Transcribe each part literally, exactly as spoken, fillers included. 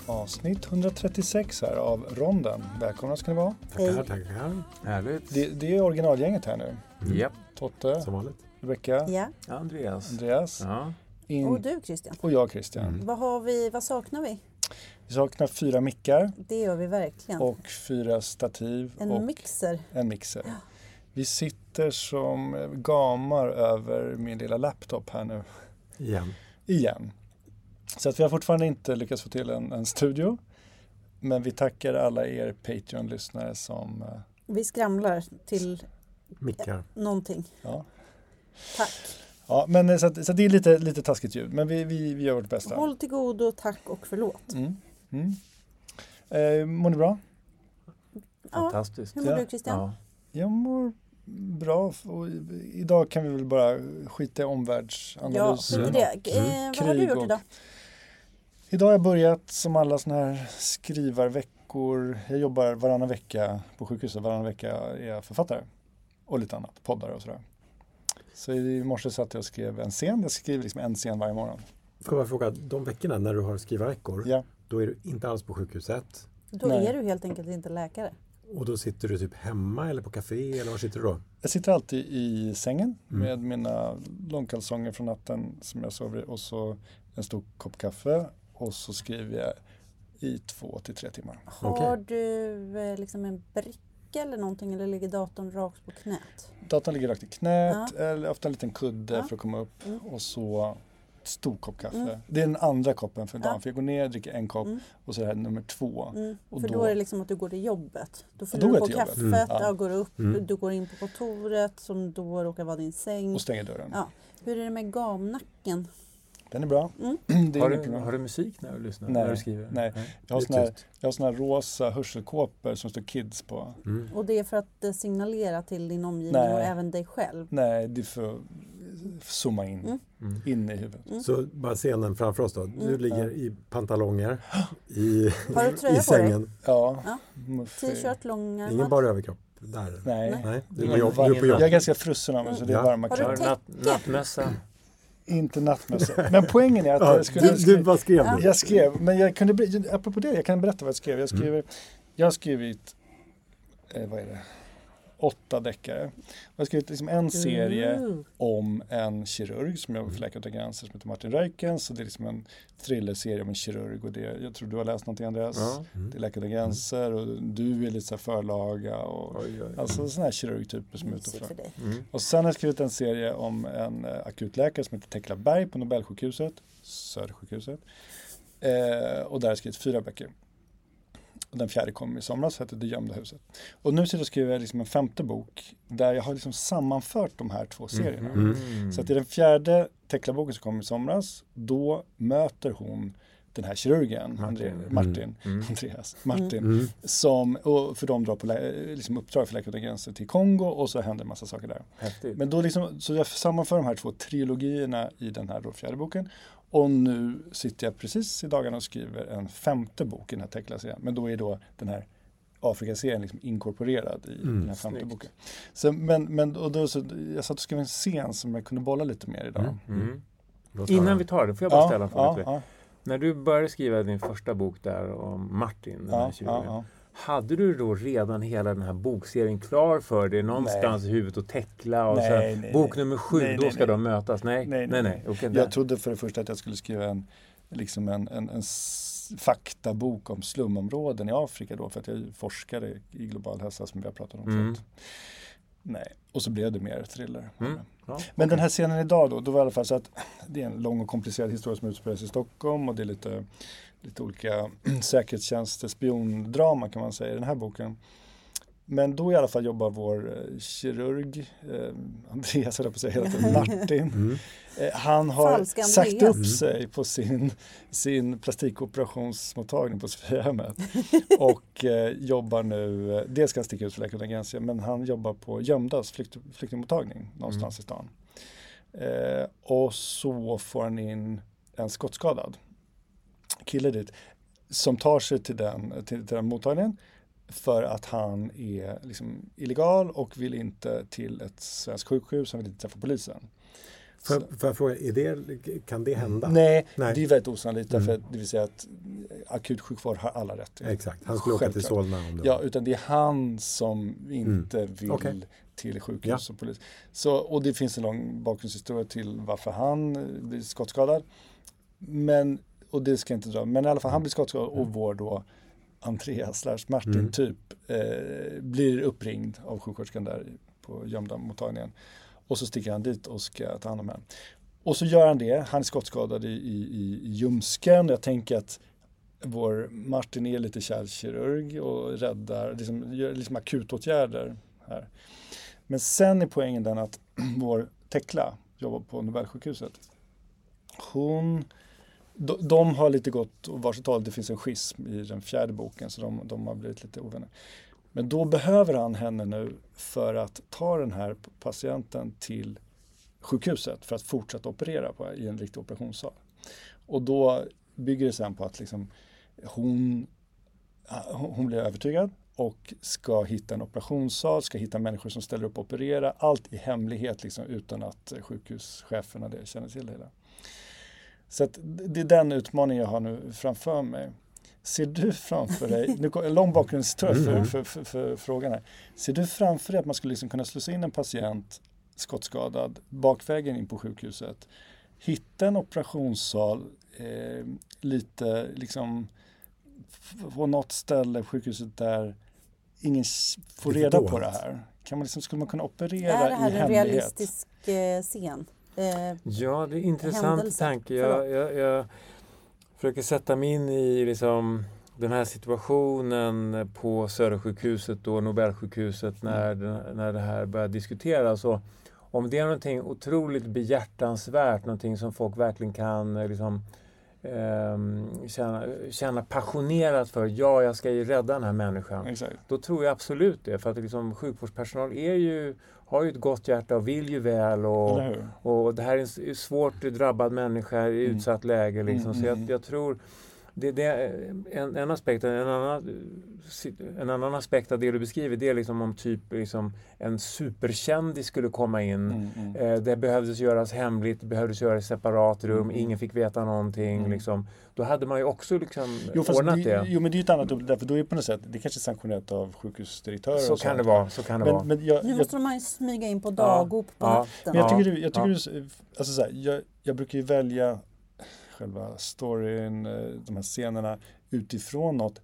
Avsnitt etthundratrettiosex här av Ronden. Välkomna ska ni vara. Tackar, tackar. Härligt. Det, det är originalgänget här nu. Mm. Japp. Totte, som vanligt. Rebecka, Ja. Andreas. Andreas Ja. in, Och du Christian. och jag Christian. Mm. Vad, har vi, vad saknar vi? Vi saknar fyra mickar Det gör vi verkligen. och fyra stativ en och mixer. en mixer. Vi sitter som gamar över min lilla laptop här nu. Igen. Igen. Så att vi har fortfarande inte lyckats få till en, en studio. Men vi tackar alla er Patreon-lyssnare som... eh, Vi skramlar till Mickar. någonting. Ja, Tack. ja men eh, så, att, så att det är lite, lite taskigt ljud. Men vi, vi, vi gör vårt bästa. Håll till godo, tack och förlåt. Mm. Mm. Eh, mår ni bra? Fantastiskt. Hur mår Ja. du Christian? Ja. Jag mår bra. Och idag kan vi väl bara skita i Ja, omvärldsanalysen. det är det. Eh, vad har du krig gjort och- idag? Idag har jag börjat som alla såna här skrivarveckor. Jag jobbar varannan vecka på sjukhuset. Varannan vecka är jag författare. Och lite annat. Poddar och sådär. Så i morse satt jag och skrev en scen. Jag skriver liksom en scen varje morgon. Får jag fråga, de veckorna när du har skrivarveckor, Ja. då är du inte alls på sjukhuset. Då Nej. är du helt enkelt inte läkare. Och då sitter du typ hemma eller på café, eller var sitter du då? Jag sitter alltid i sängen Mm. med mina långkalsonger från natten som jag sover i. Och så en stor kopp kaffe. Och så skriver jag i två till tre timmar. Har Okej. du eh, liksom en bricka eller någonting eller ligger datorn rakt på knät? Datorn ligger rakt i knät, eller ofta en liten kudde Ja. för att komma upp. Mm. Och så stor kopp kaffe. Mm. Det är den andra koppen för dagen. Ja. För jag går ner, dricker en kopp Mm. och så är det här nummer två. Mm. Och För då- då är det liksom att du går till jobbet. Då då fyller går du jag på till jobbet. kaffet, Mm. Ja. ja. går upp, Mm. du går in på kontoret som då råkar vara din säng. Och stänger dörren. Ja. Hur är det med gamnacken? Den är bra. Mm. Det är Har mycket du, bra. har du musik när du lyssnar? Nej, När du skriver? nej. Jag har Det är såna här, tyst. jag har såna här rosa hörselkåpor som står kids på. Mm. Och det är för att eh, signalera till din omgivning Nej. och även dig själv. Nej, det är för att zooma in. Mm. Mm. In i huvudet. Mm. Så bara scenen framför oss då. Du Mm. ligger i pantalonger i, Har du tröja i på dig? sängen. Ja. Ja. Muffig. T-shirt, långärmad. Ingen bara överkropp där. Nej. Nej, du är Jag på jobb. är, Du är på jobb. jag är ganska frusen av mig så det är Ja. varma Har du Har kläder. du natt, nattmössa? Inte nattmössa. Men poängen är att Ja, jag skulle... du, du, vad skrev du? Jag skrev, men jag kunde, ber- apropå det, jag kan berätta vad jag skrev. Jag, skrev, jag har skrivit, eh, vad är det, åtta deckare. Jag har skrivit liksom en serie Mm. om en kirurg som jobbar för Läkare utan gränser som heter Martin Reikens. Så det är liksom en thrillerserie om en kirurg och det, jag tror du har läst någonting Andreas. Ja. Mm. Det är Läkare utan gränser och du är lite så här förlaga och Oj, oj. alltså sådana här kirurgtyper som är ute och Mysigt för flör. dig. Mm. Och sen har jag skrivit en serie om en eh, akutläkare som heter Tekla Berg på Nobelsjukhuset, Södersjukhuset. Eh, och där har jag skrivit fyra böcker. Och den fjärde kom i somras, hette Det gömda huset. Och nu sitter jag och skriver liksom en femte bok där jag har liksom sammanfört de här två serierna. Mm. Så att i den fjärde Tekla-boken som kom i somras, då möter hon den här kirurgen, Martin. Andre, Martin, Mm. Andreas, Martin, Mm. som, och för de drar på lä- liksom uppdrag för Läkare utan gränser till Kongo och så händer en massa saker där. Häftigt. Men då liksom, så jag sammanför de här två trilogierna i den här då fjärde boken. Och nu sitter jag precis i dagarna och skriver en femte bok i den här Tekla-serien. Men då är då den här Afrika-serien liksom inkorporerad i Mm, den här femte snyggt. boken. Så, men men och då, så, jag satt och skrev en scen som jag kunde bolla lite mer idag. Mm. Mm. Låt höra. Innan vi tar det, får jag bara ställa en fråga ja, till dig? ja, När du började skriva din första bok där om Martin, den här ja, ja, kirurgen, ja. hade du då redan hela den här bokserien klar för dig någonstans i huvudet och Tekla och Nej, så här, nej, bok nej. nummer sju, Nej, då nej, ska nej. de mötas? Nej, nej, nej. nej. Okej, där. Jag trodde för det första att jag skulle skriva en, liksom en, en, en s- faktabok om slumområden i Afrika då, för att jag forskade i global hälsa som vi har pratat om Mm. förut. Nej, och så blev det mer thriller. Mm. Ja, Men den här scenen idag då, då var det i alla fall så att det är en lång och komplicerad historia som utspelar sig i Stockholm och det är lite, lite olika säkerhetstjänster, spiondrama kan man säga i den här boken. Men då i alla fall jobbar vår eh, kirurg, eh, Andreas höll jag på att säga hela tiden, Martin. Mm. Eh, han har Falska sagt Andreas. upp Mm. sig på sin, sin plastikoperationsmottagning på Sophiahemmet och eh, jobbar nu, eh, dels ska han sticka ut för Läkare utan gränser, men han jobbar på Gömdas flykt, flyktingmottagning någonstans i stan. Eh, och så får han in en skottskadad kille dit som tar sig till den, till, till den mottagningen för att han är liksom illegal och vill inte till ett svenskt sjukhus, han vill inte träffa polisen. För, för jag fråga, är det, kan det hända? Nej, Nej. det är väldigt osannolikt. Mm. Därför, det vill säga att akutsjukvård har alla rätt till. Exakt, han skulle åka till Solna om det Ja, utan det är han som inte Mm. vill Okay. till sjukhus Ja. och polis. Så, och det finns en lång bakgrundshistoria till varför han blir skottskadad. Men, och det ska jag inte dra, men i alla fall han blir skottskadad och vår då Andreas slash Martin Mm. typ eh, blir uppringd av sjuksköterskan där på gömda mottagningen. Och så sticker han dit och ska ta hand om henne. Och så gör han det. Han är skottskadad i, i, i ljumsken. Jag tänker att vår Martin är lite kärlkirurg och räddar, liksom, gör liksom akutåtgärder här. Men sen är poängen den att vår Tekla jobbar på Nobelsjukhuset. Hon, de, de har lite gått och varsitt håll. Det finns en schism i den fjärde boken så de, de har blivit lite ovänner. Men då behöver han henne nu för att ta den här patienten till sjukhuset för att fortsätta operera på i en riktig operationssal. Och då bygger det sen på att liksom hon, hon blir övertygad och ska hitta en operationssal, ska hitta människor som ställer upp och operera. Allt i hemlighet liksom, utan att sjukhuscheferna det känner till det hela. Så att det är den utmaningen jag har nu framför mig. Ser du framför dig, nu en lång bakgrundshistoria för, för, för, för frågan här. Ser du framför dig att man skulle liksom kunna slussa in en patient skottskadad bakvägen in på sjukhuset, hitta en operationssal eh, lite liksom på något ställe på sjukhuset där ingen får reda på det här. Kan man liksom, skulle man kunna operera är det här i en hemlighet? realistisk eh, scen? Eh, Ja, det är en intressant händelse. tanke. Jag, jag, jag försöker sätta mig in i liksom den här situationen på Södersjukhuset och Nobelsjukhuset när, det, när det här börjar diskuteras. Och om det är någonting otroligt behjärtansvärt, någonting som folk verkligen kan liksom, eh, känna, känna passionerat för, ja, jag ska ju rädda den här människan. Exakt. Då tror jag absolut det, för att liksom, sjukvårdspersonal är ju, har ju ett gott hjärta och vill ju väl. Och, Eller hur? och det här är en svårt drabbad människa i Mm. utsatt läge. Liksom. Mm, Så jag, mm. jag tror det, det är en, en aspekt. En annan, en annan aspekt av det du beskriver, det är liksom om typ liksom en superkändis skulle komma in. Mm, mm. Eh, det behövdes göras hemligt, det behövdes göras i separat rum, Mm. ingen fick veta någonting. Mm. Liksom. Då hade man ju också liksom Jo, fast ordnat det, det. jo, men det är ju ett annat upp, därför då är det på något sätt, det kanske är sanktionerat av sjukhusdirektörer. Så och kan sånt. det vara. Så kan det vara. Men, men jag, nu jag, måste man ju smyga in på dagop på Ja. natten. men jag Ja. tycker, du, jag, tycker Ja. du, alltså så här, jag, jag brukar ju välja själva storyn, eh, de här scenerna utifrån något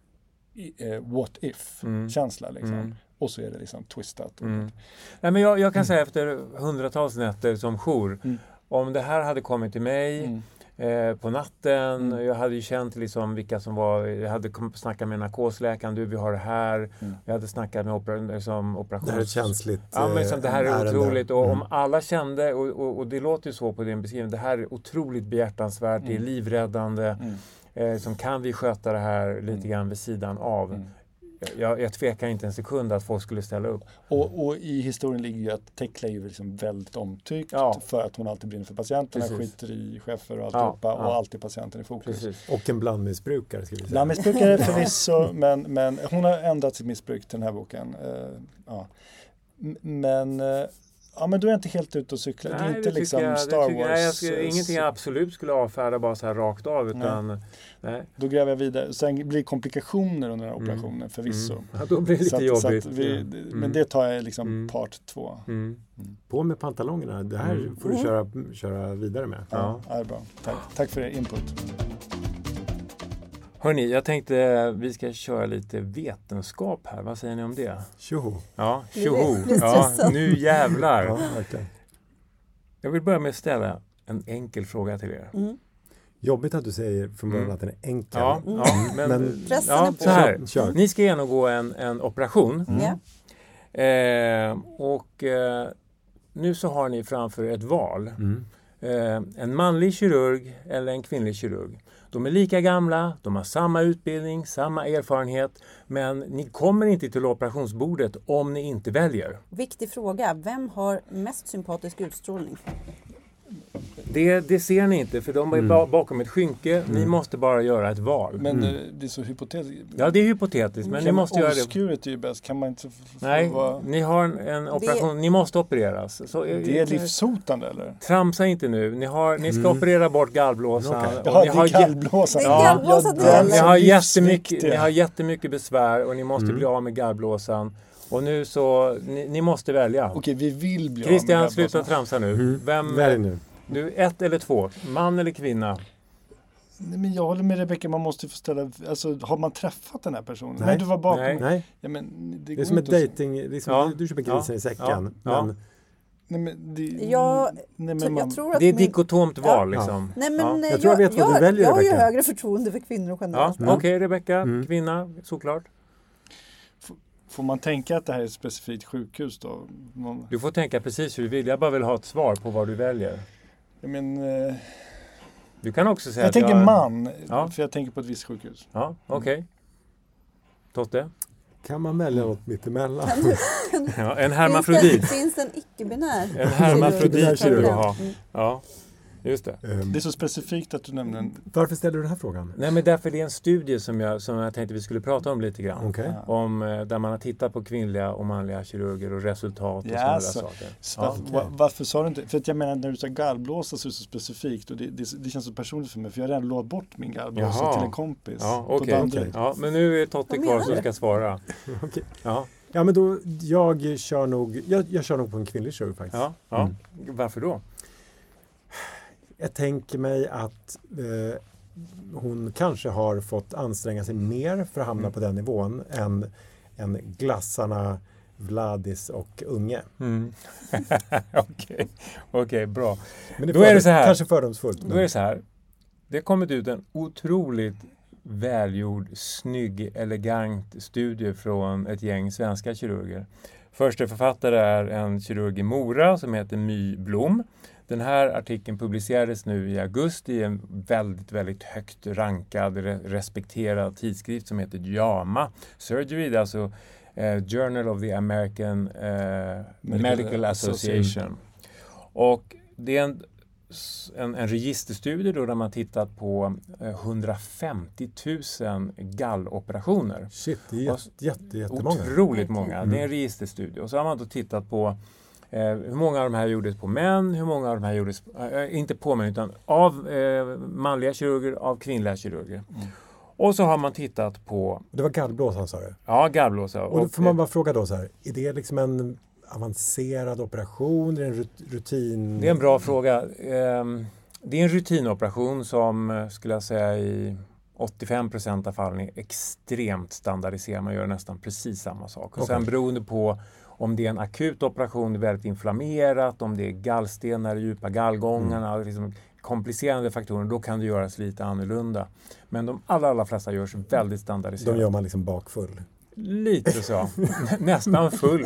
i- eh, what if-känsla. Liksom. Mm. Och så är det liksom twistat. Mm. Nej, men jag, jag kan säga efter hundratals nätter som jour, Mm. om det här hade kommit till mig Mm. eh, på natten, Mm. jag hade ju känt liksom vilka som var, jag hade kom- snackat med narkosläkaren, du vi har det här, Mm. jag hade snackat med opera, liksom, operations... Det här är ett känsligt Ja, men liksom, det här är ärende. otroligt och Mm. om alla kände, och, och, och det låter ju så på din beskrivning, det här är otroligt behjärtansvärt, det är Mm. livräddande, Mm. eh, som kan vi sköta det här lite Mm. grann vid sidan av. Mm. Jag, jag tvekar inte en sekund att folk skulle ställa upp. Och, och i historien ligger ju att Tekla är ju liksom väldigt omtyckt Ja. för att hon alltid brinner för patienterna, Precis. skiter i chefer och Ja, alltihopa ja. och alltid patienten i fokus. Precis. Och en blandmissbrukare ska vi säga. Blandmissbrukare förvisso, men, men hon har ändrat sitt missbruk till den här boken. Uh, ja. M- Men, uh, ja, men då är jag inte helt ute och cyklar. det är inte tycker liksom jag, det Star tycker Wars. jag, jag skulle, eh, ingenting jag absolut skulle avfärda bara så här rakt av. Utan, nej. Nej. Då gräver jag vidare. Sen blir det komplikationer under den här Mm. operationen förvisso. Mm. Ja, då blir det lite Så att- så jobbigt. att vi, Mm. Men det tar jag liksom Mm. part två. Mm. På med pantalongerna. Det här Mm. får du köra, köra vidare med. Ja, ja. Det är bra. Tack. Tack för er input. Hörrni, jag tänkte vi ska köra lite vetenskap här. Vad säger ni om det? Tjoho! Ja, Blir- tjoho. blir Ja, stressad. nu jävlar. Ja, verkligen. Jag vill börja med att ställa en enkel fråga till er. Mm. Jobbigt att du säger från början Mm. att den är enkel. Ja, Mm. ja men, Men- Pressen ja, är på. så här. Kör. Ni ska genomgå en, en operation. Mm. Ja. Eh, och eh, nu så har ni framför er ett val. Mm. Eh, en manlig kirurg eller en kvinnlig kirurg. De är lika gamla, de har samma utbildning, samma erfarenhet, men ni kommer inte till operationsbordet om ni inte väljer. Viktig fråga. Vem har mest sympatisk utstrålning? Det, det ser ni inte, för de är Mm. bakom ett skynke. Ni Mm. måste bara göra ett val. Men Mm. det, det är så hypotetiskt. Ja, det är hypotetiskt, men ni måste göra det. Oskuret är ju bäst. Kan man inte f- f- Nej, vara... ni har en, en operation. Ni måste opereras. Så, Det är livshotande eller? Tramsa inte nu. Ni, har, ni ska Mm. operera bort gallblåsan. Okej. och Jaha, ni det har är jä- gallblåsan. Det är Ja, gallblåsan ja, det den gäller. Ni är har, livsviktig. jättemycket, ni har jättemycket besvär och ni måste Mm. bli av med gallblåsan. Och nu så, ni, ni måste välja. Okej, vi vill bli av Christian, med sluta gallblåsan. tramsa nu. Mm. Vem, Välj nu. du, ett eller två? Man eller kvinna? Nej, men jag håller med Rebecka, man måste få ställa... Alltså, har man träffat den här personen? Nej. Nej, du var bakom. Nej. Nej, Ja, men det, det är går som ett inte att- dating. Det är som Ja. Du köper grisen i säcken. Ja. Ja. Men Nej, men det... Jag, Nej, men jag man... tror att Det är min... dikotomt val liksom. Nej, men Ja. eh, Jag tror jag vet vad du jag, väljer, jag har ju Rebecca. högre förtroende för kvinnor Ja, generellt. Mm. okej Rebecka, Mm. kvinna, såklart. Får man tänka att det här är ett specifikt sjukhus då? Man... Du får tänka precis hur du vill. Jag bara vill ha ett svar på vad du väljer. Jag men, eh... Du kan också säga jag att tänker jag... man, Ja. för jag tänker på ett visst sjukhus. Ja, okej. Totte? kan man välja något mittemellan? Kan du, Ja, en finns, det, hermafrodit. finns det en icke-binär? En hermafrodit vill du ha. Mm. Ja, just det. Ehm, Det är så specifikt att du nämner en... Varför ställer du den här frågan? Nej, men därför det är en studie som jag, som jag tänkte vi skulle prata om lite grann. Okej. Ja. Om, eh, där man har tittat på kvinnliga och manliga kirurger och resultat och Ja, sådana där så- saker. Så Ja, varför, okej. va- varför sa du inte? För att jag menar när du sa gallblåsa så är det så specifikt och det, det, det känns så personligt för mig för jag har redan lovat bort min gallblåsa Jaha. till en kompis. Ja, på okej. Danderyd. Ja, men nu är Totte Vad kvar menar som du? ska svara. Okej. Ja, Ja, men då, jag kör nog, jag, jag kör nog på en kvinnlig kirurg faktiskt. ja, ja. Mm. Varför då? Jag tänker mig att eh, hon kanske har fått anstränga sig mer för att hamna Mm. på den nivån än, än glassarna Vladis och Unge. Mm. Okej, okej, bra. Men Då är det så här. Kanske fördomsfullt. Då är det så här. Det har kommit ut en otroligt välgjord, snygg, elegant studie från ett gäng svenska kirurger. Första författare är en kirurg i Mora som heter My Blom. Den här artikeln publicerades nu i augusti i en väldigt, väldigt högt rankad, re- respekterad tidskrift som heter JAMA Surgery. Det är alltså eh, Journal of the American eh, Medical, Medical Association. Association. Och det är en, en, en registerstudie då där man tittat på eh, hundrafemtio tusen galloperationer. Shit, det är jätte, jätte, jättemånga. Otroligt många. Mm. Det är en registerstudie. Och så har man då tittat på eh, hur många av de här gjordes på män, hur många av de här gjordes, eh, inte på män utan av eh, manliga kirurger, av kvinnliga kirurger. Mm. Och så har man tittat på, Det var gallblåsan sa du. ja, gallblåsa. Och då får man bara fråga då så här, är det liksom en avancerad operation? Är det en rut- rutin? Det är en bra fråga. Ehm, Det är en rutinoperation som eh, skulle jag säga i åttiofem procent av fallen är extremt standardiserad. Man gör nästan precis samma sak. Och sen Okej. beroende på om det är en akut operation, det är väldigt inflammerat, om det är gallstenar i djupa gallgångarna, Mm. liksom komplicerande faktorer, då kan det göras lite annorlunda. Men de allra, allra flesta görs väldigt standardiserat. De gör man liksom bakfull. Lite så. Nästan full.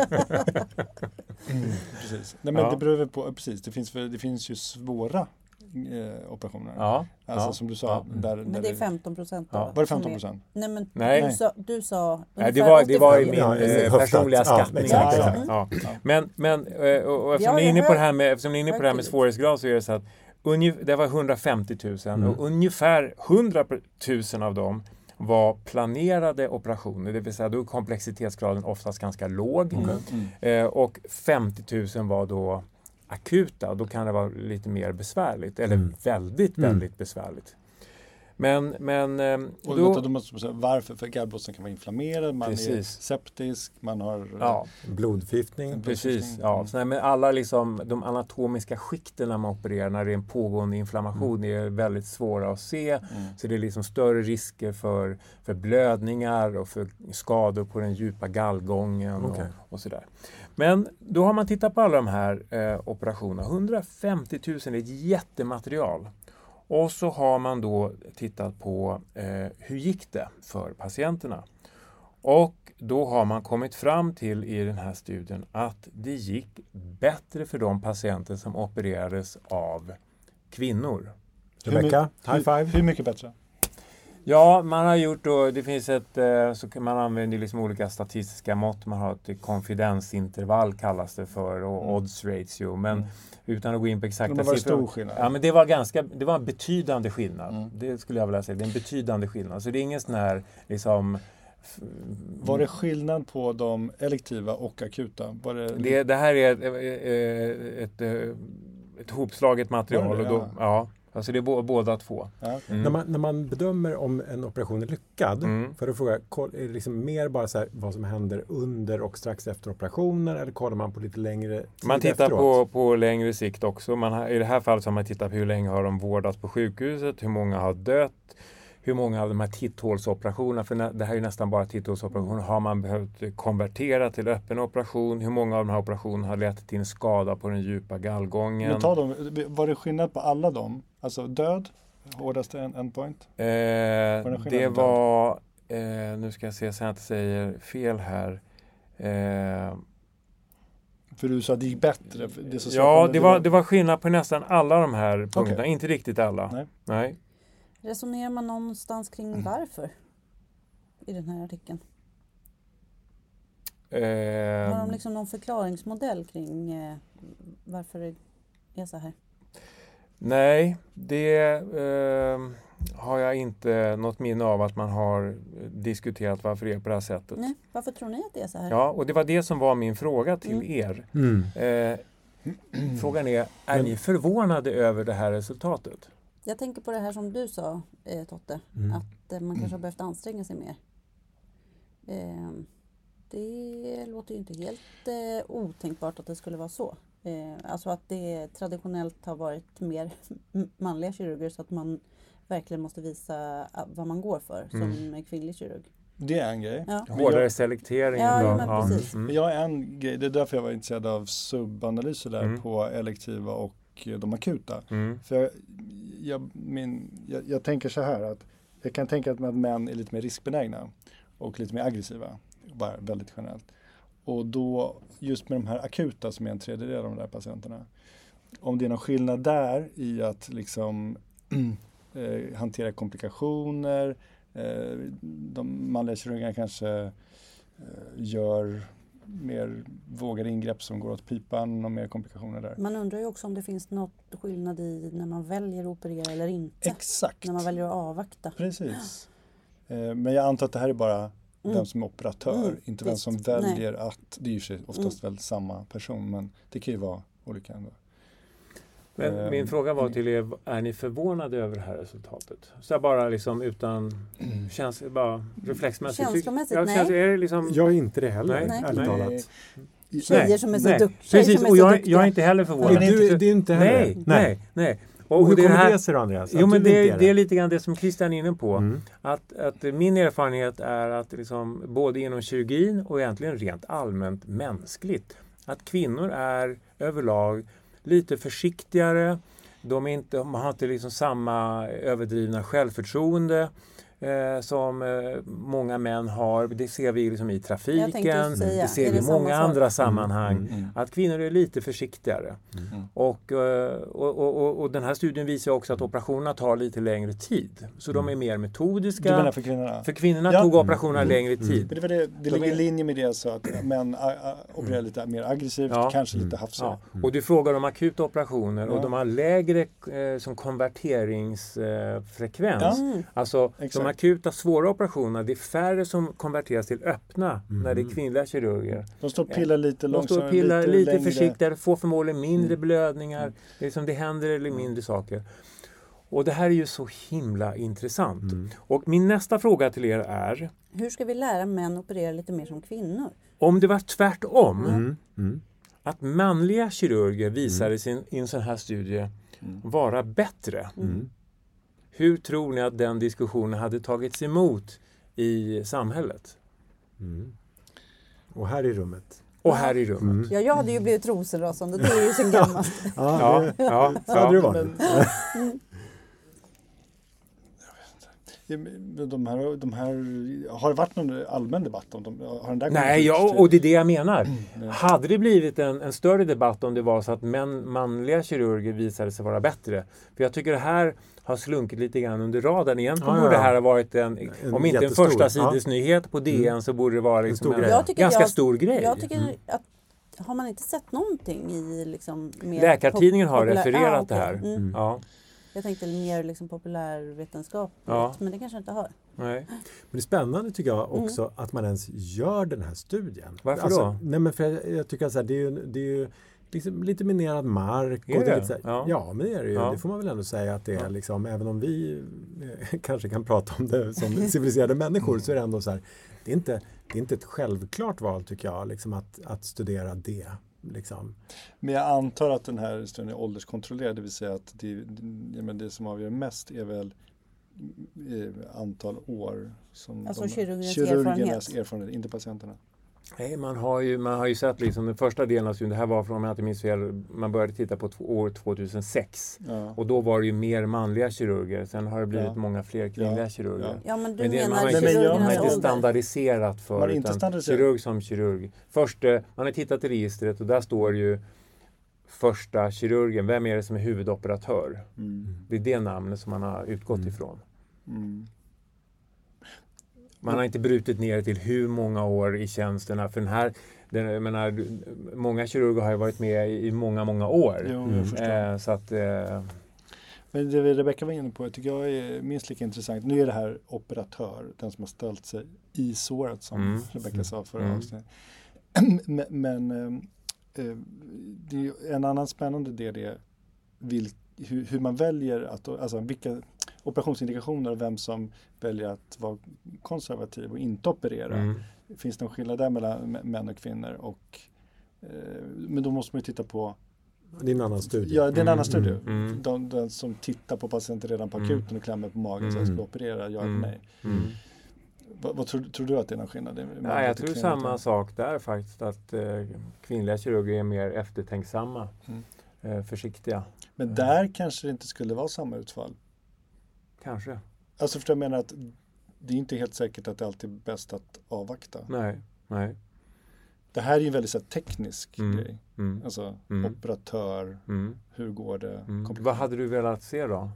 Mm, precis. Nej, men Ja. det beror väl på, precis, det finns, det finns ju svåra eh, operationer. Ja, Alltså ja, som du sa, ja. där, där Men det är femton procent. Ja. Var det femton procent? Nej, men Nej. Du, sa, du sa Nej, det ungefär var, det var i åttiofem. min Ja, eh, höftat. personliga Ja, skattning. exakt, Ja, exakt. ja. Ja. Men, men eh, och, och eftersom Ja, ni är inne jag på det hör- här med, eftersom ni är inne på det här med Verkligen. svårighetsgrad så är det så att ungef- det var hundrafemtio tusen Mm. och ungefär hundra tusen av dem var planerade operationer, det vill säga då är komplexitetsgraden oftast ganska låg. Mm. Eh, och femtio tusen var då akuta, då kan det vara lite mer besvärligt, eller Mm. väldigt, Mm. väldigt besvärligt. Men, men eh, Och då, vänta, då måste man säga varför? För gallblåsan kan vara inflammerad, man är Precis. septisk, man har... ja, Blodförgiftning. precis. Ja. Så nej, men alla liksom, de anatomiska skikten när man opererar, när det är en pågående inflammation, är väldigt svåra att se. Mm. Så det är liksom större risker för, för blödningar och för skador på den djupa gallgången Okej. och, och sådär. Men då har man tittat på alla de här eh, operationerna. hundrafemtio tusen är ett jättematerial. Och så har man då tittat på eh, hur gick det för patienterna. Och då har man kommit fram till i den här studien att det gick bättre för de patienter som opererades av kvinnor. Rebecca, Hur- high five. Hur mycket bättre? Ja, man har gjort då, det finns ett, eh, så kan man använder liksom olika statistiska mått. Man har ett konfidensintervall kallas det för och Mm. odds ratio. Men Mm. utan att gå in på exakta Men det var siffror. stor skillnad. Ja, men det var ganska, det var en betydande skillnad. Mm. Det skulle jag vilja säga, det är en betydande skillnad. Så det är ingen sån här liksom... f- Var det skillnad på de elektiva och akuta? Var det, Det, det här är ett, ett, ett, ett hopslaget material. Var det det? Och då, ja, alltså det är bå- båda två. Ja. Mm. När, man, när man bedömer om en operation är lyckad, Mm. för att fråga, koll- är det liksom mer bara så här, vad som händer under och strax efter operationen, eller kollar man på lite längre tid Man tittar efteråt? på, på längre sikt också. Man har, I det här fallet så har man tittat på hur länge har de vårdats på sjukhuset, hur många har dött, hur många av de här titthålsoperationerna, för nä, det här är ju nästan bara titthålsoperationer, har man behövt konvertera till öppen operation, hur många av de här operationerna har lett till en skada på den djupa gallgången. Men ta dem, var det skillnad på alla dem? Alltså död, hårdaste en- endpoint? Eh, det skillnad det på var, eh, nu ska jag se så jag inte säger fel här. Eh, För du sa att det gick bättre? för Det är så ja, svårt, men det var, det var skillnad på nästan alla de här punkterna, Okej. inte riktigt alla. Nej. Nej. Resonerar man någonstans kring Mm. varför i den här artikeln? Eh, Har de liksom någon förklaringsmodell kring eh, varför det är så här? Nej, det eh, har jag inte något minne av att man har diskuterat varför det är på det här sättet. Nej, varför tror ni att det är så här? Ja, och det var det som var min fråga till Mm. er. Mm. Eh, frågan är, är Men- ni förvånade över det här resultatet? Jag tänker på det här som du sa, eh, Totte, Mm. att eh, man kanske har behövt anstränga sig mer. Eh, det låter ju inte helt eh, otänkbart att det skulle vara så. Eh, alltså att det traditionellt har varit mer manliga kirurger så att man verkligen måste visa ah, vad man går för som Mm. kvinnlig kirurg. Det är en grej. Ja. Men Hårdare jag- selektering. Ja, då. men precis. Mm. Jag är en grej, det är därför jag var intresserad av subanalyser där Mm. på elektiva och eh, de akuta. Mm. För jag, jag, min, jag, jag tänker så här att jag kan tänka mig att män är lite mer riskbenägna och lite mer aggressiva, bara väldigt generellt. Och då just med de här akuta som är en tredjedel av de där patienterna, om det är någon skillnad där i att liksom eh, hantera komplikationer, eh, de manliga kirurgerna kanske eh, gör mer vågade ingrepp som går åt pipan och mer komplikationer där. Man undrar ju också om det finns något skillnad i när man väljer att operera eller inte. Exakt. När man väljer att avvakta. Precis. Eh, men jag antar att det här är bara Mm. vem som är operatör, Mm, inte vem visst. som väljer att, det är ju sig oftast väl samma person, men det kan ju vara olika ändå. Men Eh, min fråga var mm. till er, är ni förvånade över det här resultatet? Så jag bara liksom utan, känns bara reflexmässigt. Känslomässigt, Ja, nej. känns, är det liksom, Jag är inte det heller, Nej. Nej. ärligt Nej. talat. Tjejer som är så, nej. duk- tjejer Precis, som är och så jag, duktiga. jag är inte heller förvånad. Men du, det är inte heller. Nej, nej, nej. Och, hur det kommer här- det sig då, Andreas? Att Jo, men du det, inte det är lite grann det som Christian är inne på. Mm. Att, att min erfarenhet är att liksom, både inom kirurgin och egentligen rent allmänt mänskligt, att kvinnor är överlag lite försiktigare. De, är inte, de har inte liksom samma överdrivna självförtroende eh, som eh, många män har. Det ser vi liksom i Jag trafiken, tänkte just säga, det ser är vi i det samma många sak? andra sammanhang. Mm. Mm. Att kvinnor är lite försiktigare. Mm. Och, eh, och, och, och, och den här studien visar också att operationerna tar lite längre tid. Så de är mer metodiska. Du menar för kvinnorna? För kvinnorna Ja. tog operationerna Mm. längre Mm. tid. Men det, var det, det De ligger är- i linje med det så att män ä, ä, opererar lite mer aggressivt, Ja. kanske Mm. lite hafsigare. Ja. Och du frågar om akuta operationer och Ja. de har lägre eh, som konverteringsfrekvens. Ja. Mm. Alltså Exakt. de akuta svåra operationerna, det är färre som konverteras till öppna Mm. när det är kvinnliga kirurger. De står och pillar lite De långsamt, står och pillar lite, längre. försiktigare, får förmodligen mindre Mm. blödningar. Mm. Det, är som det händer eller mindre saker. Och det här är ju så himla intressant. Mm. Och min nästa fråga till er är, Hur ska vi lära män operera lite mer som kvinnor? om det var tvärtom, Mm. Mm. att manliga kirurger visade i sin, i en sån här studie Mm. vara bättre. Mm. Hur tror ni att den diskussionen hade tagits emot i samhället? Mm. Och här i rummet. Och här i rummet. Mm. Ja, jag hade ju blivit rosenrasande, det är ju sen gammalt. Ja, det- ja, så hade du ja. varit. Men, De här, de här, har det varit någon allmän debatt om dem? Har den där Nej, ja, och det är det jag menar. Mm. Hade det blivit en, en större debatt om det var så att män, manliga kirurger visade sig vara bättre? För jag tycker det här har slunkit lite grann under raden. Egentligen ja, ja. borde det här ha varit en, en om inte en jättestor, första sidesnyhet ja. på D N Mm. så borde det vara liksom en, en ganska jag, stor grej. Jag tycker mm. att har man inte sett någonting i liksom mer Läkartidningen har populär, refererat ah, okay. det här. Mm. Mm. Ja. Jag tänkte mer liksom populärvetenskapligt, Ja. men det kanske jag inte har. Nej. Men det är spännande tycker jag också mm. att man ens gör den här studien. Varför alltså, då? Nej, men för jag, jag tycker att så här, det är ju, det är ju liksom lite minerad mark. Är och det? det? Är lite så här, Ja. ja, men det är det ju. Ja. Det får man väl ändå säga att det är. Ja. Liksom, även om vi eh, kanske kan prata om det som civiliserade människor så är det ändå så här. Det är inte, det är inte ett självklart val tycker jag, liksom att, att studera det. Liksom. Men jag antar att den här studien är ålderskontrollerad, det vill säga att det, ja, men det som avgör mest är väl eh, antal år som Alltså de, kirurgernas kirurgernas erfarenhet. erfarenhet, inte patienterna. Nej, man har ju, man har ju sett liksom den första delen av studien, det här var från, om jag inte minns fel, man började titta på två, år tvåtusensex. Ja. Och då var det ju mer manliga kirurger. Sen har det blivit Ja. många fler kvinnliga Ja. kirurger. Ja. Ja, men du Men det, man menar har inte, Nej, men jag- man har kirurgernas inte ålder? standardiserat för Man har inte utan standardiserat. kirurg som kirurg. Först, eh, man har tittat i registret och där står ju första kirurgen, vem är det som är huvudoperatör? Mm. Det är det namnet som man har utgått Mm. ifrån. Mm. Man har inte brutit ner till hur många år i tjänsterna. För den här, den, jag menar, många kirurger har ju varit med i många, många år. Jo, Mm. jag förstår. Eh, så att... Eh, Men det Rebecka var inne på, jag tycker jag är minst lika intressant. Nu är det här operatör, den som har ställt sig i såret som Mm. Rebecka sa förra Mm. avsnittet. Men, men eh, det är ju en annan spännande del är vil, hur, hur man väljer att, alltså vilka operationsindikationer och vem som väljer att vara konservativ och inte operera. mm. Finns det någon skillnad där mellan män och kvinnor? Och, eh, men då måste man ju titta på, Det är en annan studie. ja det är en Mm, annan studie. mm. De, de som tittar på patienter redan på Mm. akuten och klämmer på magen så Mm. ska vi operera, ja eller Mm. nej. Mm. Vad, vad tror, tror du att det är någon skillnad? mellan Nej, jag att tror kvinnor- samma sak där faktiskt. Att eh, kvinnliga kirurger är mer eftertänksamma. Mm. Eh, försiktiga. Men där kanske det inte skulle vara samma utfall. Kanske. Alltså för jag menar att det är inte helt säkert att det alltid är bäst att avvakta. Nej. Nej. Det här är ju en väldigt så här, teknisk Mm. grej. Mm. Alltså Mm. operatör, Mm. hur går det? Mm. Kompl- Vad hade du velat se då?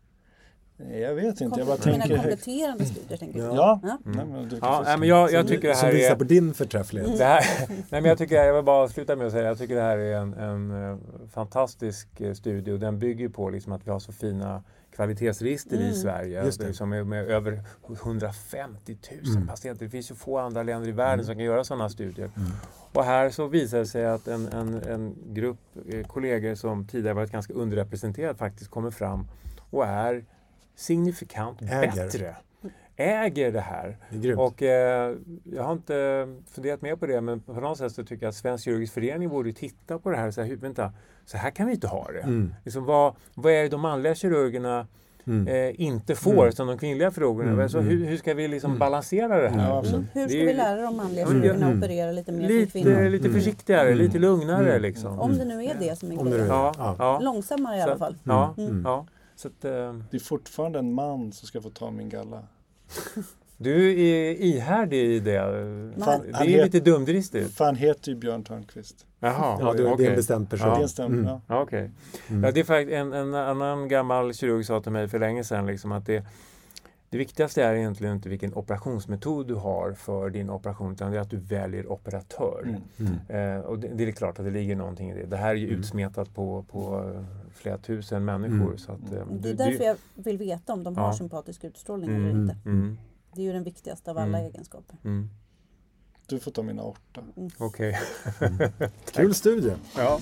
Nej, jag vet inte, jag bara Kom, du menar tänker högt. kompletterande studier, tänker du? Ja. Ja, Ja. Nej, men du kan Ja, få- nej, men jag, jag Som- tycker det som här visar är... på din förträfflighet. Det här, nej, men jag, tycker, jag vill bara sluta med att säga jag tycker det här är en, en eh, fantastisk eh, studie och den bygger på liksom att vi har så fina kvalitetsregister Mm. i Sverige Just det. som är med över hundrafemtio tusen Mm. patienter. Det finns ju få andra länder i världen Mm. som kan göra sådana studier. Mm. Och här så visar det sig att en, en, en grupp eh, kollegor som tidigare varit ganska underrepresenterad faktiskt kommer fram och är signifikant Äger. bättre. Äger det här. Det är grymt. Och eh, jag har inte funderat mer på det, men på något sätt så tycker jag att Svensk kirurgisk förening borde titta på det här och säga, "Hur- vänta, så här kan vi inte ha det. Mm. Liksom, vad, vad är det de manliga kirurgerna Mm. eh, inte får Mm. som de kvinnliga kirurgerna? Mm, Alltså, mm. hur, hur ska vi liksom Mm. balansera det här? Ja, absolut. Mm. Hur ska Det är- vi lära de manliga Mm. kirurgerna att Mm. operera lite mer som Lite, kvinnor? lite Mm. försiktigare, Mm. lite lugnare Mm. liksom. Om det nu är det som är Om det nu är grejen. Ja, Ja. ja. Långsammare i Så- alla fall. Ja, Mm. ja. Så att, eh, Det är fortfarande en man som ska få ta min galla. du är ihärdig i det. Fan, Det han är het- lite dumdristigt. För han heter ju Björn Törnqvist. Jaha, Ja, det, det är okej. en bestämd person. Ja. Det stämmer. Mm. Ja. Ja, okej. Mm. Ja, det är faktiskt en, en annan gammal kirurg sa till mig för länge sedan liksom att det, det viktigaste är egentligen inte vilken operationsmetod du har för din operation utan det är att du väljer operatör. Mm. Mm. Eh, och det, det är klart att det ligger någonting i det. Det här är ju Mm. utsmetat på, på eh, flera tusen människor. Mm. Så att, eh, Det är därför jag vill veta om de har Ja. sympatisk utstrålning Mm. eller inte. Mm, Det är ju den viktigaste av alla Mm. egenskaper. mm, Du får ta min aorta. Okej. Kul studie. Ja.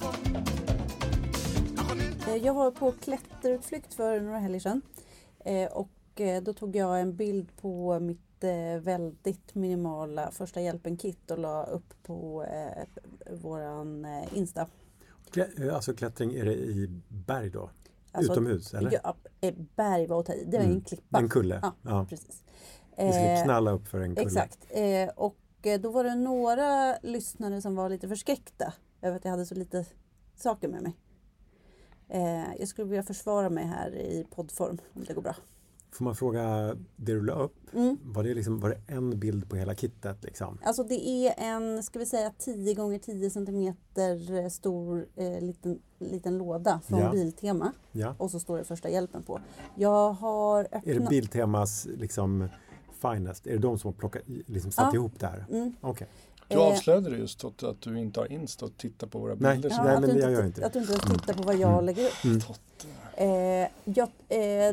Eh, Jag var på klätterutflykt för några helger sedan. Eh, Och eh, då tog jag en bild på mitt eh, väldigt minimala första hjälpen-kit och la upp på eh, våran eh, Insta. Klä- Alltså klättring, är det i berg då? Alltså, Utomhus, eller? Ja, eh, berg var att ta i. Det var Mm. en klippa. En kulle? Ja, Ja. precis. Vi ska Eh, knalla upp för en kulle. Exakt. Eh, och eh, då var det några lyssnare som var lite förskräckta över att jag hade så lite saker med mig. Eh, jag skulle vilja försvara mig här i poddform om det går bra. Får man fråga, det du la upp, Mm. var, det liksom, var det en bild på hela kittet? Liksom? Alltså det är en, ska vi säga tio gånger tio centimeter stor eh, liten, liten låda från Ja. Biltema. Ja. Och så står det första hjälpen på. Jag har öppnat... Är det Biltemas liksom, finest? Är det de som har plockat, liksom, satt Ja. ihop det här? Mm. Okej. Du Eh, avslöjade just att, att du inte har Insta och tittar på våra Nej. bilder. Ja, Nej, att, men du jag inte, gör inte det. att du inte ens tittar på vad jag Mm. lägger upp. Mm. Totte. Eh, jag, eh,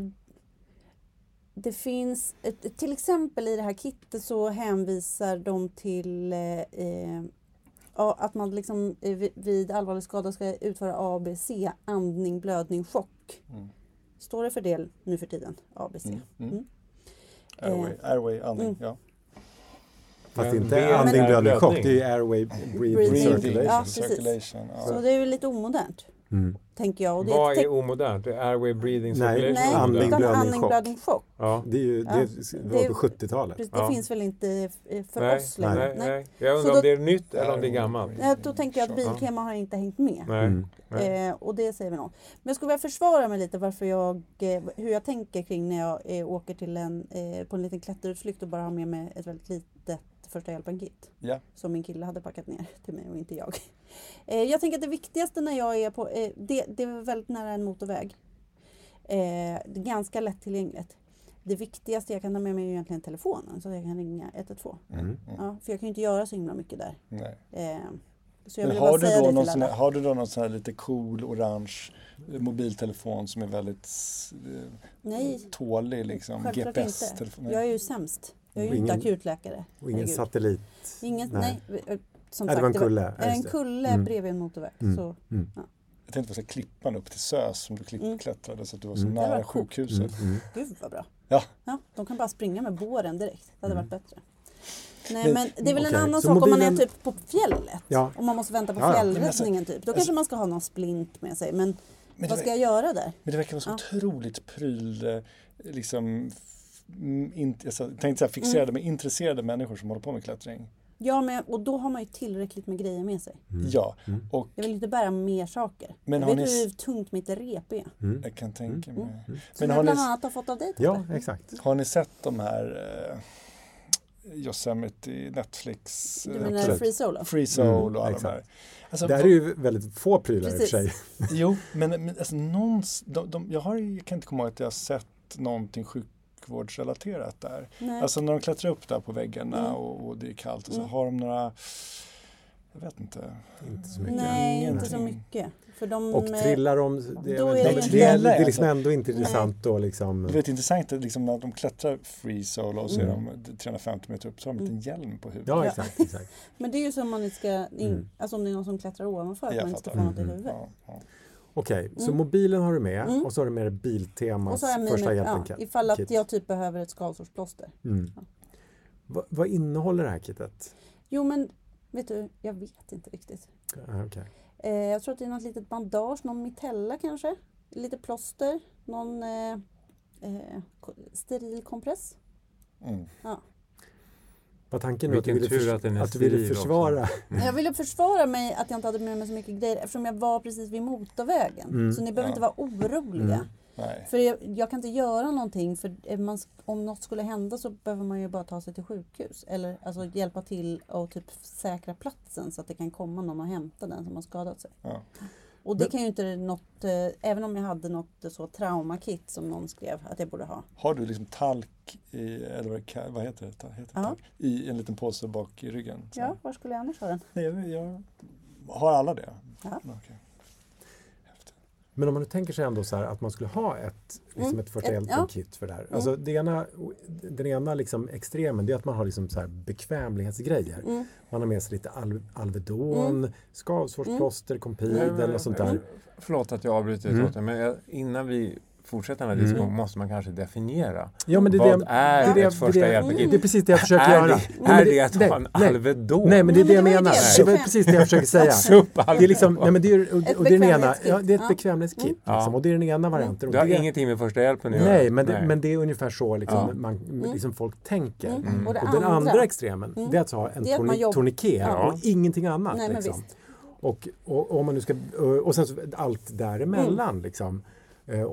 det finns, ett, till exempel i det här kittet så hänvisar de till eh, eh, ja, att man liksom, eh, vid- vid allvarlig skada ska utföra A B C, andning, blödning, chock. Mm. Står det för det nu för tiden? A B C. Mm. Mm. Mm. Airway, airway, andning, Mm. ja. Fast Men inte det är andning, blödning, chock. blödning. Det är airway, breathing, Breathing. circulation. Ja, precis. circulation. Ja. Så det är ju lite omodernt, Mm. tänker jag. Och det Vad tänk- är omodernt? Det är airway, breathing, Nej, circulation? Nej, andning, utan blödning, andning, chock. blödning, chock. Ja. Det, är ju, Ja. det var Det- på sjuttiotalet. Precis, Det Ja. finns väl inte eh, för nej, oss längre? nej, Nej. nej. Jag Så undrar då- om det är nytt eller om det är gammalt. Nej, då tänker jag att Ja. Biltema har inte hängt med. Nej. Mm. nej. Eh, och det säger vi nog. Men jag skulle vilja försvara mig lite varför jag, eh, hur jag tänker kring när jag eh, åker till en, eh, på en liten klätterutflykt och bara har med mig ett väldigt litet första hjälpen-kit. Ja. Som min kille hade packat ner till mig och inte jag. Eh, jag tänker att det viktigaste när jag är på, eh, det, det är väldigt nära en motorväg. Eh, det är ganska lättillgängligt. Det viktigaste jag kan ha med mig är egentligen telefonen så att jag kan ringa ett ett två. Mm. Mm. Ja, för jag kan ju inte göra så himla mycket där. Nej. Eh, så jag Men vill har bara du, säga då det någon till sån här, alla. har du då någon sån här lite cool orange eh, mobiltelefon som är väldigt eh, Nej, tålig liksom? självklart G P S inte. telefon? Jag är ju sämst. Jag är ju Och inte ingen- akutläkare. Och ingen Herregud. satellit. Ingen, Nej. nej. eh, Som Nej, det sagt, var en kulle. Ja, en just det. kulle Mm. bredvid en motorväg. Mm. Så, Mm. Jag tänkte på så här klippan upp till SÖS som du klipp, Mm. klättrade så att du var så Mm. Det var nära coolt. sjukhuset. Mm. Mm. gud vad bra. Ja. Ja, de kan bara springa med båren direkt. Det hade Mm. varit bättre. Nej, Men- men det är väl okej, en annan så sak om man är mobilen- typ på fjället. Ja. Om man måste vänta på Ja, ja. fjällräddningen typ. Då kanske alltså- man ska ha någon splint med sig. Men, Men vad det, ska jag göra där? men det verkar vara så Ja. otroligt pryl, eh, liksom, f- mm, in, alltså, jag tänkte säga fixerade men intresserade människor som håller på med klättring. Ja, men, och då har man ju tillräckligt med grejer med sig. Mm. Ja, Mm. och Jag vill inte bära mer saker. Men jag har vet ni hur s- tungt mitt rep är. Mm. jag kan tänka Mm. mig. Som Men jag har ni, bland annat har fått av dig. Ja, Tobbe. exakt. har ni sett de här eh, Yosemite Netflix Du eh, menar absolut. Free Solo? Free Soul Mm, och alla de exakt. här. Alltså, Det här är ju väldigt få prylar i och för sig. Jo, men, men alltså, någons, de, de, jag, har, jag kan inte komma ihåg att jag har sett någonting sjukvårdsrelaterat där. Nej. Alltså när de klättrar upp där på väggarna Mm. och, och det är kallt och så Mm. har de några, jag vet inte. Inte så mycket. Nej, inte Ingenting. så mycket. För de, Och eh, trillar de, det, Då är, är det, det det, inte- är, det är liksom alltså. ändå inte intressant då liksom. Det är väldigt intressant att liksom när de klättrar free solo och så är Mm. de trehundrafemtio meter upp så har de en liten hjälm på huvudet. Ja, Ja. exakt. exakt. Men det är ju som om man inte ska, in, Mm. alltså om det är någon som klättrar ovanför, att Jag man inte ska få fattar. något i Mm. huvudet. Ja, ja. Okej, så Mm. mobilen har du med Mm. och så har du med dig Och Biltemas så har jag med första mig, hjälpen ja, kit. ifall att kit. jag typ behöver ett skalsårsplåster. Mm. Ja. Va, vad innehåller det här kittet? Jo men, vet du, jag vet inte riktigt. Ah, okej. Eh, jag tror att det är något litet bandage, någon mitella kanske. Lite plåster, någon eh, eh, ko- steril kompress. Mm. Var tanken nu att du Vilken ville, tur förs- att den är att du ville steril försvara? Jag ville försvara mig att jag inte hade med mig så mycket grejer eftersom jag var precis vid motorvägen. Mm. Så ni behöver Ja. inte vara oroliga. Mm. Nej. För jag, jag kan inte göra någonting för eh, man, sk- om något skulle hända så behöver man ju bara ta sig till sjukhus. Eller alltså hjälpa till och typ säkra platsen så att det kan komma någon och hämta den som har skadat sig. Ja. Och det Men- kan ju inte något, eh, även om jag hade något eh, så traumakit som någon skrev att jag borde ha. Har du liksom talk i, eller vad, ka- vad heter det? Ta- Heter det Ja. talk? I en liten påse bak i ryggen? Så. Ja, var skulle jag annars ha den? Nej, jag, jag, har alla det? Ja. Okej. Häftigt. Men om man nu tänker sig ändå så här att man skulle ha ett, liksom Mm. ett första Ett- hjälpen-kit för det här. Alltså det ena, den ena liksom extremen det är att man har liksom så här bekvämlighetsgrejer. Mm. Man har med sig lite Al- Alvedon, Mm. skavsårsplåster, Compidel och sånt där. Förlåt att jag avbryter, Mm. Totte, men jag, innan vi fortsätter den här Mm. diskussionen måste man kanske definiera. Ja, men det är Vad det, är det, är det, ett första det, är det, hjälpen-kit? det är precis det jag försöker är göra. det, Ja, men är det att nej, ha en nej. Alvedon? Nej, men det är det jag Nej, men det var menar. ju Det det. var precis det jag försöker säga. Sup Det är liksom, nej men det är, och, Ett och det är den ena, bekvämlighetskit. ja, det är ett Ja. bekvämlighetskit. Mm. Liksom, Ja. och det är den ena varianten. Och Det har det, ingenting med första hjälpen att göra. nej, men det, Nej. men det är ungefär så liksom, Ja. man, liksom folk tänker. Mm. Mm. Och, det Och den andra, andra extremen, Mm. det är att ha en Det är att man toni- jobbar- tourniquet Ja. och ingenting annat. Nej, men liksom. visst. Och, och, och om man nu ska, och sen så allt däremellan liksom. Eh, Och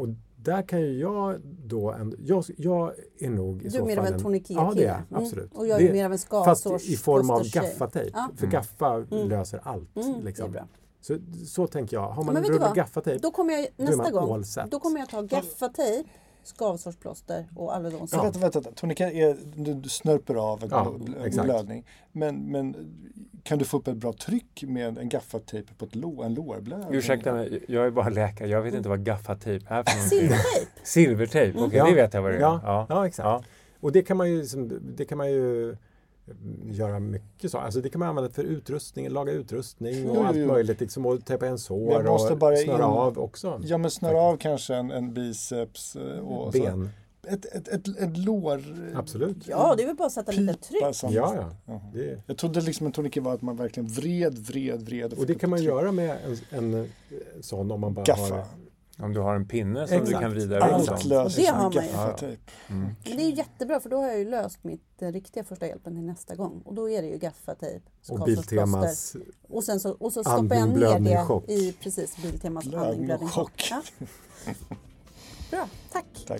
där kan ju jag då, en, jag, jag är nog i du så är fall mer av en tourniquet-kille. Ja, det är absolut. Mm. Och jag det, är mer av en fast skavsårs i form av plåstertjej. gaffatejp. Ja. För gaffa Mm. löser allt. Mm, Liksom. det är bra. Så, så tänker jag. Har man Men en vet du rulle vad? gaffatejp, Då kommer jag då är nästa man gång, all set. då kommer jag ta gaffatejp, skavsårsplåster och Alvedon. Så vänta, vänta, tourniquet är, du, du snörper av en Ja, blö- exakt. blödning. Men, men kan du få upp ett bra tryck med en gaffatejp på ett lår, en lårblödning? Ursäkta mig, jag är bara läkare. Jag vet inte vad gaffatejp är för någonting. Silvertejp. Silvertejp, okej, Ja. det vet jag vad det är. Ja, Ja. ja exakt. Ja. Och det kan man ju, liksom, det kan man ju göra mycket så. Alltså det kan man använda för utrustning, laga utrustning och Jo, allt jo. möjligt. Liksom, och täppa en sår Men jag måste och bara snöra in- av också. Ja, men snöra av kanske en, en biceps eh, och Ben. Så. Ett, ett, ett, ett lår... Absolut. Ja, det är väl bara att sätta lite tryck. pipa som- Ja, ja. Jaha. Det, Jag trodde liksom en tourniquet var att man verkligen vred, vred, vred. och det kan man göra med en, en sån om man bara Gaffa. har... Om du har en pinne som du Exakt. kan vrida runt. Allt om. löser Det sig har med man ju. gaffatejp. Mm. Men det är ju jättebra för då har jag ju löst mitt eh, riktiga första hjälpen till nästa gång. Och då är det ju gaffatejp, Och skavsårsplåster. Biltemas... Och sen så, och så stoppar jag Andning, ner blödning, det chock. i precis Biltemas Blödning, andning, blödning, chock. chock. Ja. Bra, tack. Tack.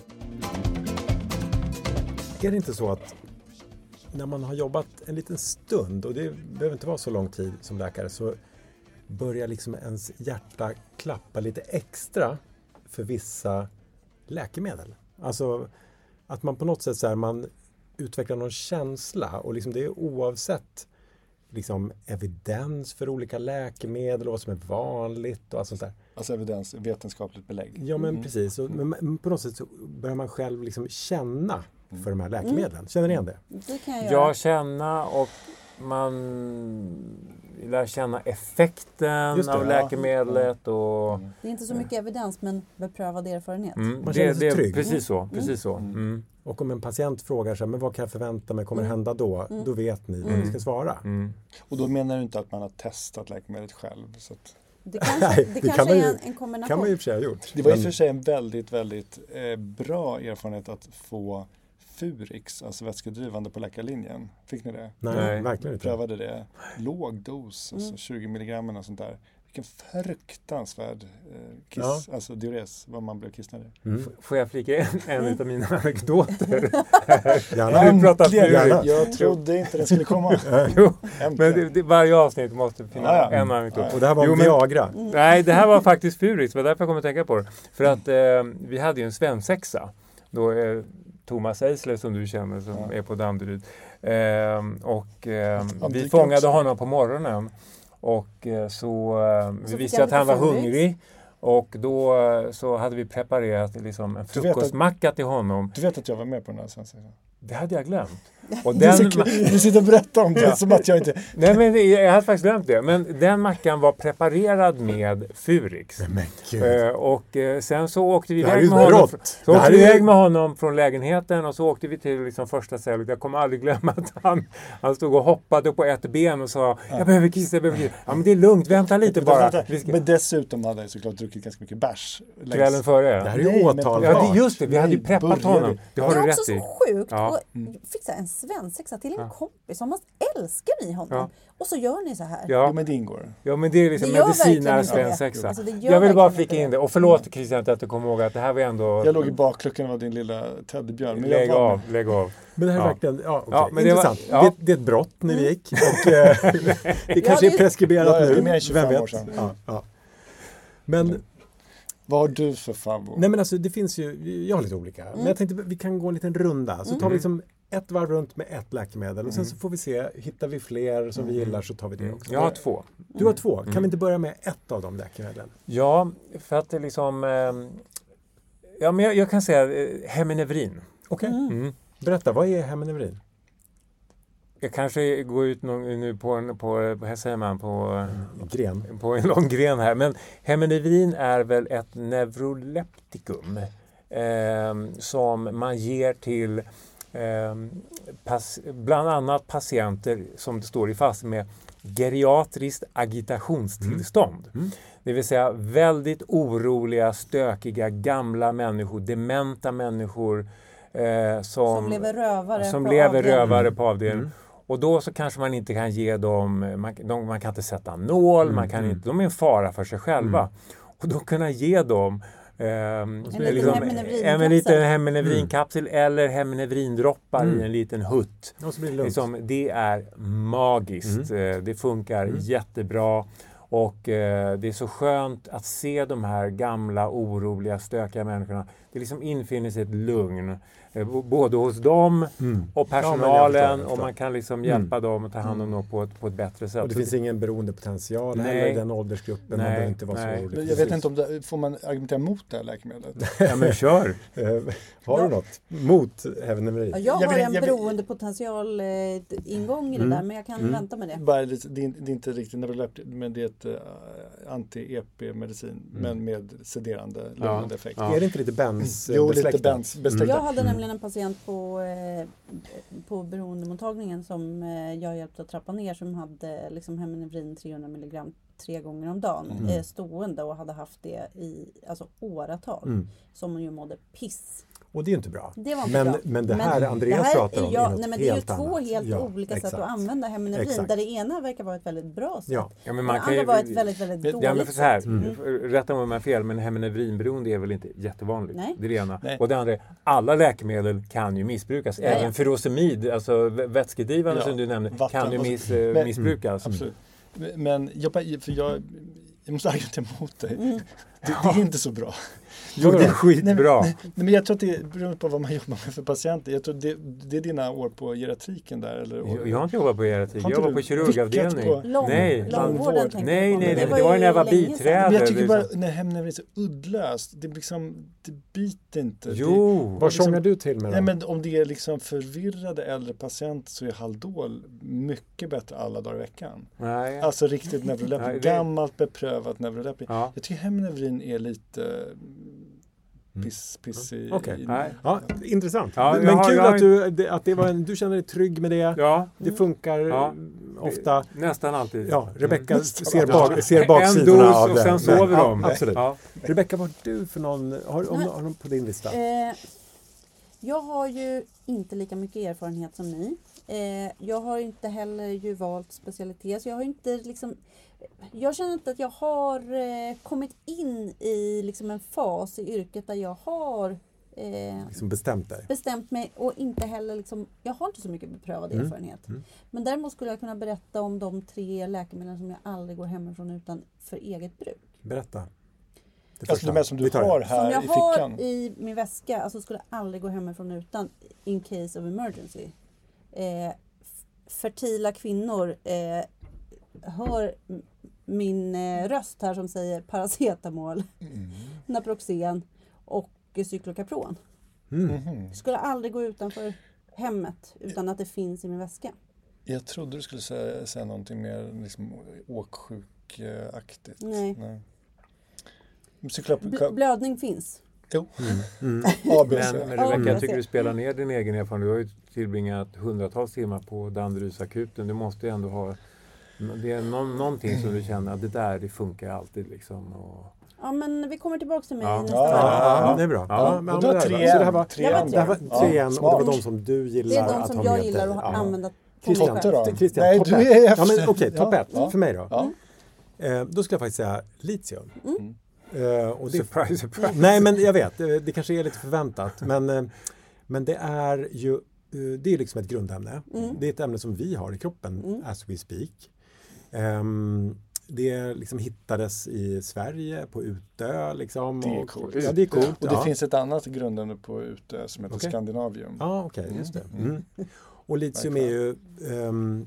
Är det inte så att när man har jobbat en liten stund, och det behöver inte vara så lång tid som läkare, så börjar liksom ens hjärta klappa lite extra för vissa läkemedel. Alltså att man på något sätt så här, man utvecklar någon känsla, och liksom det är oavsett liksom evidens för olika läkemedel och vad som är vanligt och allt sånt där. Alltså evidens, vetenskapligt belägg. Ja, men Mm. precis. Och, men, men på något sätt så börjar man själv liksom känna för de här läkemedlen. Känner ni igen det? Det kan jag göra. Ja, känna och man lär känna effekten Just det, av ja. läkemedlet och Det är inte så mycket evidens men beprövad erfarenhet. mm, Man det, känner sig det, trygg. precis så, precis så. Mm. Och om en patient frågar sig, men vad kan jag förvänta mig kommer Mm. hända då? Mm. Då vet ni vad Mm. ni ska svara. Mm. Och då menar du inte att man har testat läkemedlet själv. Så att Det kanske, Nej, det det kanske kan man är ju- en, en kombination. kan man ju i och för sig ha gjort. det var i och Men- för sig en väldigt, väldigt eh, bra erfarenhet att få Furix, alltså vätskedrivande på läkarlinjen. Fick ni det? Nej, Nej. verkligen inte. Prövade det. Låg dos, alltså Mm. tjugo milligram och sånt där. Vilken fruktansvärd eh, kiss, Ja. alltså diores, vad man blev kissnad i. Mm. F- Får jag flika in en av mina anekdoter? Gärna. Vi pratar Äntligen! Gärna. Jag trodde inte det skulle komma. Jo, Äntligen. men det, det, varje avsnitt måste finnas Ja, ja. en anekdot. Och det här var Jo, om men- Viagra. Nej, det här var faktiskt Furix, det var därför jag kom att tänka på det. För att eh, vi hade ju en svensexa. Då eh, Thomas Eisler som du känner som Ja. är på Danderyd. Eh, och eh, Han vi dyker fångade också. honom på morgonen. Och eh, så eh, vi fick visste han att han var lite Furix. hungrig. Och då eh, så hade vi preparerat liksom en Du vet att- frukostmacka till honom. Du vet att jag var med på den här svenska? Det hade jag glömt. Och Du, den, sitter- du sitter och berättar om det som att jag inte... nej men det- jag hade faktiskt glömt det. Men den mackan var preparerad med Furix. Men gud. Eh, och eh, sen så åkte vi Det här iväg är med ju honom. brott. Så Det åkte här vi är ju- iväg med honom från lägenheten och så åkte vi till liksom första stället. Jag kommer aldrig glömma att han, han stod och hoppade på ett ben och sa jag behöver kissa, jag behöver kissa. Ja men det är lugnt, vänta lite bara. Vi ska, Men dessutom hade jag såklart druckit ganska mycket bärs. längs- kvällen före. Det här är Nej, ju men- åtalbart. Ja, det, just det, vi hade ju Nej, preppat börjar honom. vi? Det Det har är du också rätt i. så sjukt. Ja. Och fixa en svensexa till en Ja. kompis som man älskar ni honom. Och så gör ni så här. Jo, Ja, men det ingår. ja, men det är liksom Det gör medicin verkligen är inte det. svensexa. Alltså, det gör Jag vill bara verkligen flika inte in det. det. Och förlåt Christian att du kommer ihåg att det här var ändå... Jag låg i bakluckan av din lilla teddybjörn. Men jag Lägg var av, lägg av. Men det här är Ja. verkligen ja, okej. Ja, men det var- intressant. ja. Det, det är ett brott när vi gick. Och, eh, det kanske det- är preskriberat Ja, ja, det är nu. mer än tjugofem Vem vet? år sedan. Ja, ja. Men, Vad har du för favvo? nej men alltså det finns ju, jag har lite olika. Men jag tänkte vi kan gå en liten runda. Så tar vi liksom ett varv runt med ett läkemedel. Och sen så får vi se, hittar vi fler som vi gillar så tar vi det också. Jag har två. Du har två. Kan vi inte börja med ett av de läkemedlen? Ja, för att det liksom... ehm, ja, men jag, jag kan säga eh, Heminevrin. Okej. Mm. Berätta, vad är Heminevrin? Jag kanske går ut någon, nu på en, på, på, här säger man, på, Gren. på en lång gren här. Men Heminevrin är väl ett neuroleptikum ehm, som man ger till ehm, pas, bland annat patienter som det står i fast med geriatriskt agitationstillstånd. Mm. Det vill säga väldigt oroliga, stökiga, gamla människor, dementa människor eh, som, Som lever rövare som på lever avdelningen. rövare på avdelningen. Mm. Och då så kanske man inte kan ge dem, man, de, man kan inte sätta nål, Mm, man kan mm. inte, de är en fara för sig själva. Mm. Och då kunna ge dem Um, En liten liksom, Heminevrin-kapsel. en liten Heminevrin-kapsel mm. eller Heminevrin-droppar mm. i en liten hutt. Och så blir det, liksom, det är magiskt. Mm. Det funkar mm. jättebra. Och eh, det är så skönt att se de här gamla, oroliga, stökiga människorna. Det liksom infinner sig ett lugn. Eh, både hos dem mm. och personalen. Ja, förstår, och man kan liksom hjälpa mm. dem och ta hand om dem på ett, på ett bättre sätt. Och det finns ingen beroendepotential heller i den åldersgruppen. Nej, man behöver inte vara nej. så orolig. Jag vet inte om det, får man argumentera mot det här läkemedlet? Ja, men kör! Har du något mot Heminevrin? Ja, jag har jag en beroendepotential eh, ingång i det mm. där, men jag kan mm. vänta med det. Bara lite, det, är, det är inte riktigt neuroleptik, men det är ett uh, anti-E P-medicin, mm. men med sederande, lugnande ja. effekt. Ja. Är det inte lite bens Jo, lite bens mm. Jag hade mm. nämligen en patient på, eh, på beroendemottagningen som eh, jag hjälpte att trappa ner, som hade liksom Heminevrin trehundra milligram tre gånger om dagen mm. eh, stående och hade haft det i alltså, åratal. Mm. Som hon ju mådde piss. Och det är ju inte bra. Det var inte men, bra. men det här men Andreas det här, pratar om ja, är något nej, men helt det är ju två annat. helt ja, olika exakt. sätt att använda Heminevrin. Exakt. Där det ena verkar vara ett väldigt bra sätt. Ja. Ja, men man det andra ju, var ett väldigt, väldigt dåligt ja, men för så här, sätt. Mm. Rätta mig om jag har fel, men Heminevrinberoende är väl inte jättevanligt. Nej. Det är det ena. Nej. Och det andra är, alla läkemedel kan ju missbrukas. Ja, Även ja. furosemid, alltså vätskedrivande ja. som du nämnde, Vatten. kan ju miss, men, missbrukas. Mm, absolut. Men jag, för jag, jag måste argumentera emot dig. Mm. Det, det är inte så bra. Jo, det är skitbra. Nej, nej, men jag tror att det beror på vad man jobbar med för patienter. Jag tror det, det är dina år på geriatriken där. Eller, jag, jag har inte jobbat på geriatrik. Jag var på kirurgavdelning. På Lång, nej, långvården nej, nej, nej, det var, det var ju när jag var biträdare. Men jag tycker bara, när Heminevrin är så uddlöst, det, liksom, det biter inte. Jo, det, vad liksom, du till med nej, men om det är liksom förvirrade äldre patienter så är Haldol mycket bättre alla dagar i veckan. Nej. Alltså riktigt neuroleptik. Gammalt beprövat neuroleptik. Ja. Jag tycker Heminevrin är lite... Piss, piss i, okay. i, ja, intressant. Ja, men har, kul har, att, du, det, att det var en, du känner dig trygg med det. Ja. Det funkar ja. ofta. Nästan alltid. Ja, Rebecka mm. ser, bak, ser baksidorna av det. Och sen sover de. Ja, absolut. Ja. Rebecka, vad har du för någon, har, om, har någon på din lista? Eh, jag har ju inte lika mycket erfarenhet som ni. Eh, jag har inte heller ju valt specialitet. Så jag har inte liksom... Jag känner inte att jag har eh, kommit in i liksom en fas i yrket där jag har eh, liksom bestämt dig. bestämt mig och inte heller liksom, jag har inte så mycket beprövad mm. erfarenhet. Mm. Men däremot skulle jag kunna berätta om de tre läkemedel som jag aldrig går hemifrån utan för eget bruk. Berätta. Det alltså det som du har här som jag i fickan. har i min väska, alltså skulle jag aldrig gå hemifrån utan in case of emergency. Eh, fertila kvinnor eh, hör min eh, röst här som säger paracetamol, mm. Naproxen och eh, cyklokapron. Mm. Mm. Skulle aldrig gå utanför hemmet utan att det finns i min väska. Jag trodde du skulle säga, säga någonting mer liksom, åksjukaktigt. Nej. Nej. Bl- blödning finns. Jo. Mm. Mm. Men, men Rebecka, jag tycker du spelar ner din egen erfarenhet. Du har ju tillbringat hundratals timmar på Danderydsakuten. Du måste ju ändå ha... Det är någon, någonting som du känner att det där det funkar alltid liksom. Och... Ja, men vi kommer tillbaka till mig ja. nästa ja, ja, ja, det är bra. Ja. Ja, men, och då tre igen. Det här var trean. Det här var trean ja, och det var de som du gillar att ha med. Det är de som jag gillar att ja. använda. Christian, då? Christian Nej, topp du är ett. Ja, men, okej, topp ja. ett ja. för mig då. Ja. Eh, då ska jag faktiskt säga litium. Mm. Uh, och det, surprise, surprise. Nej, men jag vet. Det, det kanske är lite förväntat. Men, uh, men det är ju uh, det är liksom ett grundämne. Mm. Det är ett ämne som vi har i kroppen mm. as we speak. Um, det liksom hittades i Sverige på Utö. Liksom, det är och, coolt. Ja, det är coolt. Och det ja. finns ett annat grundämne på Utö som heter okay. Skandinavium. Ja, ah, okej. Okay, just det. Mm. Och litium är ju... Um,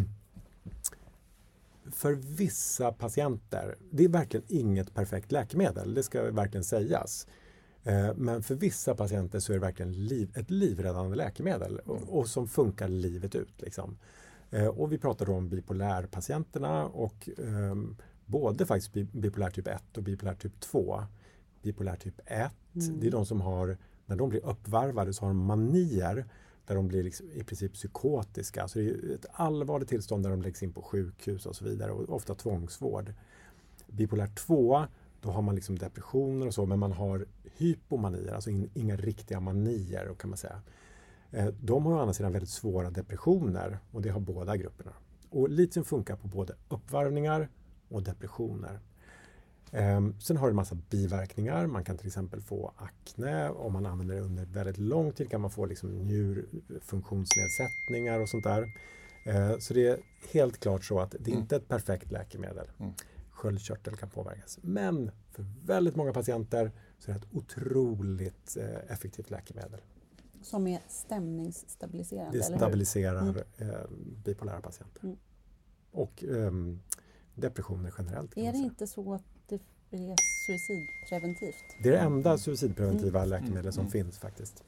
för vissa patienter, det är verkligen inget perfekt läkemedel, det ska verkligen sägas. Eh, men för vissa patienter så är det verkligen liv, ett livräddande läkemedel och, och som funkar livet ut. Liksom. Eh, och vi pratar då om bipolärpatienterna och eh, både faktiskt bipolär typ ett och bipolär typ två. Bipolär typ ett, mm. det är de som har, när de blir uppvarvade så har de manier där de blir liksom i princip psykotiska. Alltså det är ett allvarligt tillstånd där de läggs in på sjukhus och så vidare. Och ofta tvångsvård. Bipolär två, då har man liksom depressioner och så. Men man har hypomanier, alltså in, inga riktiga manier kan man säga. Eh, de har å andra sidan väldigt svåra depressioner. Och det har båda grupperna. Och litium funkar på både uppvarvningar och depressioner. Eh, sen har det en massa biverkningar. Man kan till exempel få akne. Om man använder det under väldigt lång tid kan man få liksom njurfunktionsnedsättningar och sånt där. Eh, så det är helt klart så att det är inte är ett perfekt läkemedel. Mm. Sköldkörtel kan påverkas. Men för väldigt många patienter så är det ett otroligt eh, effektivt läkemedel. Som är stämningsstabiliserande, Det eller hur? stabiliserar Mm. eh, bipolära patienter. Mm. Och eh, depressioner generellt. Kan Är man det säga. inte så att det är suicidpreventivt? Det är det enda suicidpreventiva Mm. läkemedel som Mm. finns faktiskt.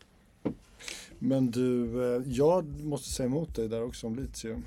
Men du, eh, jag måste säga emot dig där också om litium.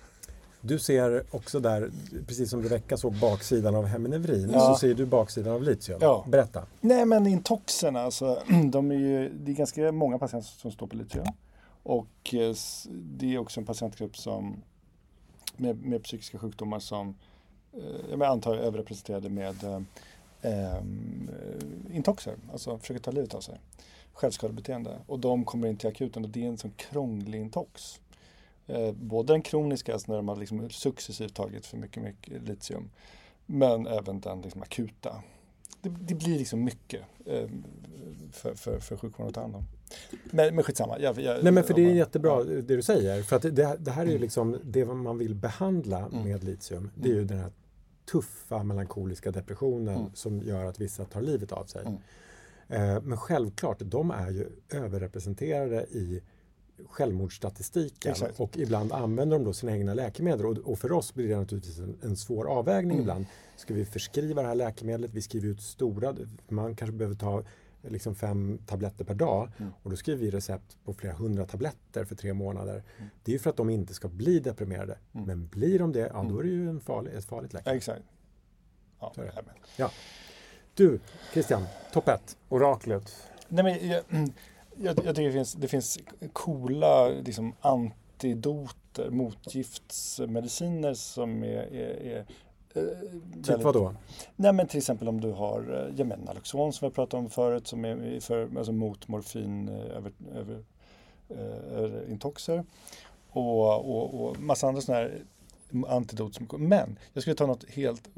Du ser också där, precis som Rebecka såg baksidan av Heminevrin, Ja. så ser du baksidan av litium. Ja. Berätta. Nej, men intoxerna, alltså, de är ju, det är ganska många patienter som står på litium. Och eh, s- det är också en patientgrupp som med, med psykiska sjukdomar som eh, jag antar är överrepresenterade med eh, eh, intoxer, alltså försöker ta livet av sig. Självskadebeteende. Och de kommer in till akuten och det är en sån krånglig intox. Eh, både den kroniska, alltså när de har liksom successivt tagit för mycket, mycket litium, men även den liksom akuta. Det, det blir liksom mycket eh, för, för, för sjukvården att ta hand om. Men, men skitsamma. Jag, jag, Nej, men för det är jag- jättebra ja. det du säger. För att det, det här är ju Mm. liksom det man vill behandla Mm. med litium. Det är ju den här tuffa melankoliska depressionen Mm. som gör att vissa tar livet av sig. Mm. Eh, men självklart, de är ju överrepresenterade i självmordsstatistiken. Exakt. Och ibland använder de då sina egna läkemedel. Och, och för oss blir det naturligtvis en, en svår avvägning Mm. ibland. Ska vi förskriva det här läkemedlet? Vi skriver ut stora, man kanske behöver ta liksom fem tabletter per dag. Mm. Och då skriver vi recept på flera hundra tabletter för tre månader. Mm. Det är ju för att de inte ska bli deprimerade. Mm. Men blir de det, ja då Mm. är det ju en farlig, ett farligt Ja, läkemedel. exakt. Ja, Så är det. nej, men. Du, Christian, topp ett. Oraklet. Nej, men jag, jag, jag tycker det finns, det finns coola liksom, antidoter, motgiftsmediciner som är, är, är eh, Typ vad då? Nej, men till exempel om du har ja, men Naloxon som vi pratade om förut som är för, alltså mot morfin eh, över, över, eh, över intoxer och, och, och massa andra sådana här antidot. Som, men jag skulle ta något helt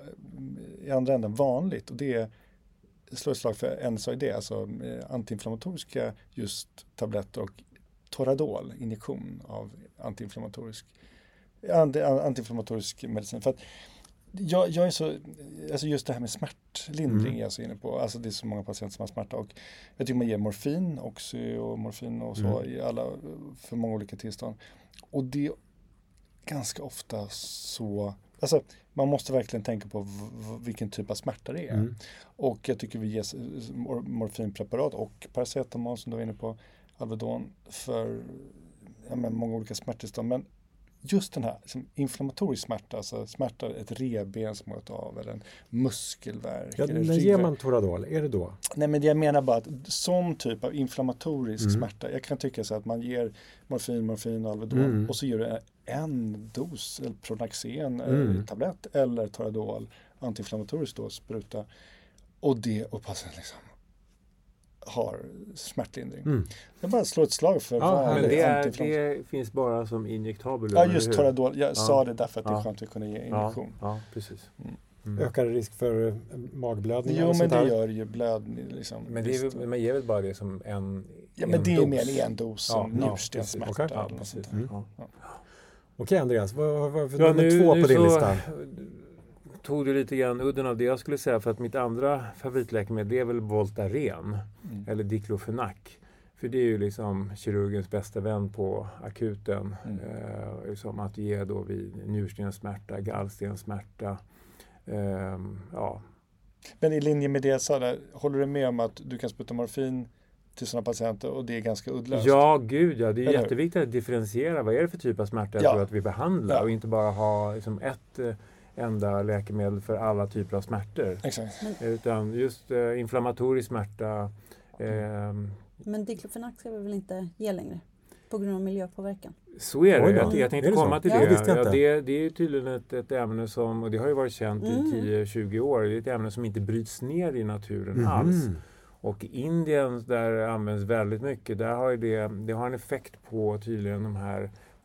eh, i andra änden vanligt och det är slå ett slag för N S A I D, alltså eh, antiinflammatoriska just tabletter och Toradol, injektion av antiinflammatorisk anti, antiinflammatorisk medicin. För att jag, jag är så, alltså just det här med smärtlindring Mm. är jag så inne på. Alltså det är så många patienter som har smärta och jag tycker man ger morfin, oxy och morfin och så Mm. i alla, för många olika tillstånd. Och det är ganska ofta så, alltså man måste verkligen tänka på v- v- vilken typ av smärta det är. Mm. Och jag tycker vi ger s- mor- morfinpreparat och paracetamol som du var inne på, Alvedon för ja, men många olika smärttillstånd. Men just den här liksom, inflammatorisk smärta, alltså smärta, ett revben som har gått av eller en muskelvärk. Ja, eller när ryggvärk. ger man Toradol? Är det då? Nej, men jag menar bara att sån typ av inflammatorisk Mm. smärta, jag kan tycka så att man ger morfin, morfin och Alvedon Mm. och så ger du en dos eller Pronaxen Mm. eh, tablett eller Toradol, antiinflammatoriskt då, spruta och det och patienten liksom har smärtlindring. Mm. Jag bara slår ett slag för Ja, vanlig Men det, är, antiinflammatoriskt. det finns bara som injektabel. Ja, eller just hur? Toradol. Jag Ja. sa det därför att det är Ja. skönt att kunna ge Ja, injektion. ja, precis. Mm. Ökar det risk för eh, magblödningar Jo, och men sånt det här? gör ju blödning. Liksom. Men det är, Visst. väl- man ger väl bara det som en Ja, men en det är dos. mer en dos som Ja, ja, njurstenssmärta. precis. Okej. eller Ja, något precis. sånt där. Mm. Ja. Okej Andreas, vad vad- vad är för Ja, nummer nu, två nu på din så lista? tog du lite grann udden av det jag skulle säga, för att mitt andra favoritläkemedel det är väl Voltaren Mm. eller Diclofenac. För det är ju liksom kirurgens bästa vän på akuten. Mm. Eh, som att ge då vid njurstenssmärta, gallstenssmärta. Eh, ja. Men i linje med det jag sa där, håller du med om att du kan spruta morfin till sådana patienter och det är ganska uddlöst? ja, gud ja. Det är Eller hur? jätteviktigt att differentiera. Vad är det för typ av smärta jag Ja. tror att vi behandlar Ja. och inte bara ha liksom ett eh, enda läkemedel för alla typer av smärtor. Exakt. Utan just eh, inflammatorisk smärta. ehm, Men diklofenak ska vi väl inte ge längre? På grund av miljöpåverkan. Så är det. Oj då. Jag, jag Är tänkte det så? komma till Ja. det. Det visste jag Ja, inte. det, det är ju tydligen ett, ett ämne som, och det har ju varit känt Mm. i tio till tjugo år, det är ett ämne som inte bryts ner i naturen Mhm. alls. Och i Indien där det används väldigt mycket, där har ju det, det har en effekt på tydligen de här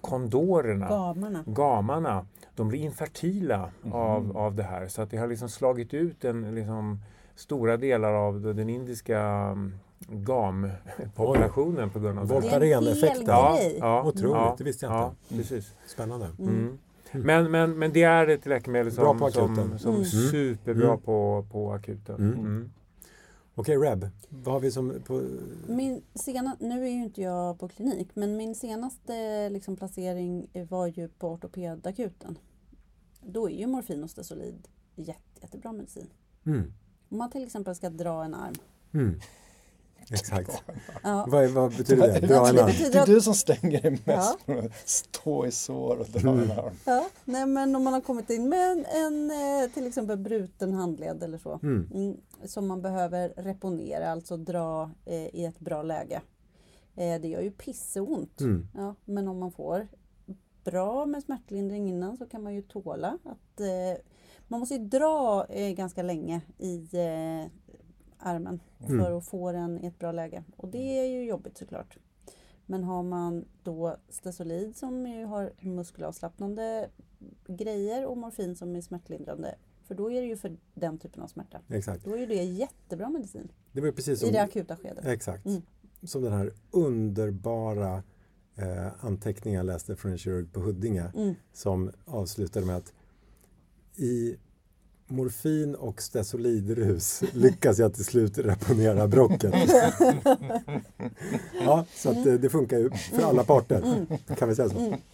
kondorerna, Gamarna. gamarna, de blir infertila Mhm. av, av det här. Så att det har liksom slagit ut en, liksom, stora delar av den indiska mm, gampopulationen på grund av det här. Voltaren-effekten. Det är en hel grej. Ja, Otroligt, ja, det visste jag ja, inte. Mm. precis. Spännande. Mm. Men, men, men det är ett läkemedel Bra som, på som, akuten. som Mm. superbra Mm. på, på akuten. Mm. Mm. Okej, Reb. Vad har vi som... På... Min sena, nu är ju inte jag på klinik, men min senaste liksom, placering var ju på ortopedakuten. Då är ju morfin och stesolid jätte, jättebra medicin. Mm. Om man till exempel ska dra en arm. Mm. Exakt. Ja. Vad, vad betyder det? Det Dra en arm. betyder Det är att- du som stänger dig mest Ja. på att stå i sår och dra Mm. en arm. Ja, nej, men om man har kommit in med en, en eh, till exempel bruten handled eller så. Mm. Mm, som man behöver reponera, alltså dra eh, i ett bra läge. Eh, det gör ju pisseont. Mm. Ja, men om man får bra med smärtlindring innan så kan man ju tåla att eh, man måste ju dra eh, ganska länge i eh, armen Mm. för att få den i ett bra läge. Och det är ju jobbigt såklart. Men har man då stesolid som ju har muskelavslappnande grejer och morfin som är smärtlindrande, för då är det ju för den typen av smärta. Exakt. Då är ju det jättebra medicin Det var ju precis i som... det akuta skedet. Exakt. Mm. Som den här underbara eh, anteckningen jag läste från en kirurg på Huddinge Mm. som avslutade med att i morfin och stesolidrus lyckas jag till slut reponera bråcket. Ja, så att det, det funkar ju för alla parter. Kan vi säga så? Mm.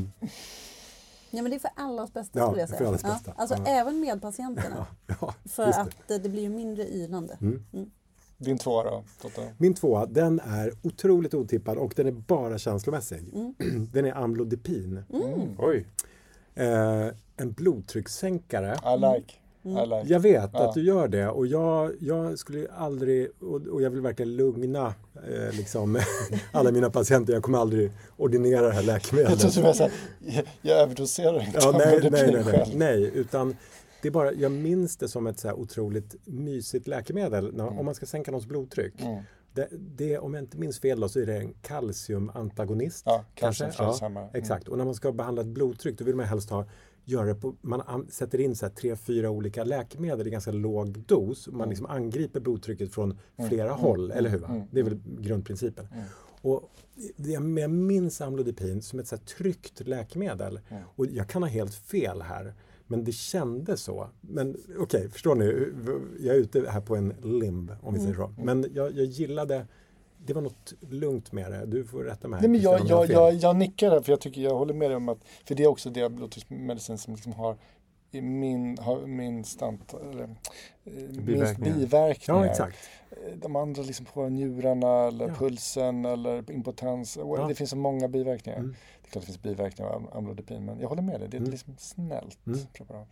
Ja, men det är för allas bästa Ja, skulle jag säga. för allas bästa. Ja, alltså Ja. även med patienterna. Ja, För just det. att eh, det blir ju mindre yrande. Mm. Din tvåa då, Totta? Min tvåa, den är otroligt otippad och den är bara känslomässig. Mm. Den är amlodipin. Mm. Oj. Eh, en blodtryckssänkare. I like. Mm. I like. Jag vet Ja. att du gör det och jag, jag skulle ju aldrig, och, och jag vill verkligen lugna eh, liksom, alla mina patienter. Jag kommer aldrig ordinera det här Jag tror läkemedlet. som jag, sa, jag, jag överdoserar inte Ja, nej, amlodipin nej, nej, nej, själv. nej, utan det är bara, jag minns det som ett så här otroligt mysigt läkemedel när, Mm. om man ska sänka någons blodtryck. Mm. Det, det, om jag inte minns fel då, så är det en kalciumantagonist. Ja, Kanske, kanske. ja, Samma. Mm. Exakt, och när man ska behandla ett blodtryck då vill man helst ha, göra det på, man an, sätter in så här tre, fyra olika läkemedel i ganska låg dos. Man Mm. liksom angriper blodtrycket från Mm. flera Mm. håll, eller hur? Va? Mm. Det är väl grundprincipen. Mm. Och det, jag minns amlodipin som ett så här tryggt läkemedel. Mm. Och jag kan ha helt fel här. Men det kändes så. Men okej, okay, förstår ni? Jag är ute här på en limb, om vi säger så. Men jag, jag gillade, det var något lugnt med det. Du får rätta mig. Nej, men jag, Christian, om jag, har fel. jag, jag nickar där, för jag tycker jag håller med dig om att, för det är också det blodtrycksmedicin som liksom har i min, har minst antal, eller, eh, minst Biverkningar. biverkningar. Ja, exakt. De andra liksom på njurarna eller Ja. pulsen eller impotens. Ja. Det finns så många biverkningar. Mm. Det är klart det finns biverkningar av amlodipin, men jag håller med dig. Det är Mm. liksom snällt Mm. preparat.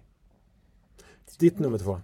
Ditt nummer två.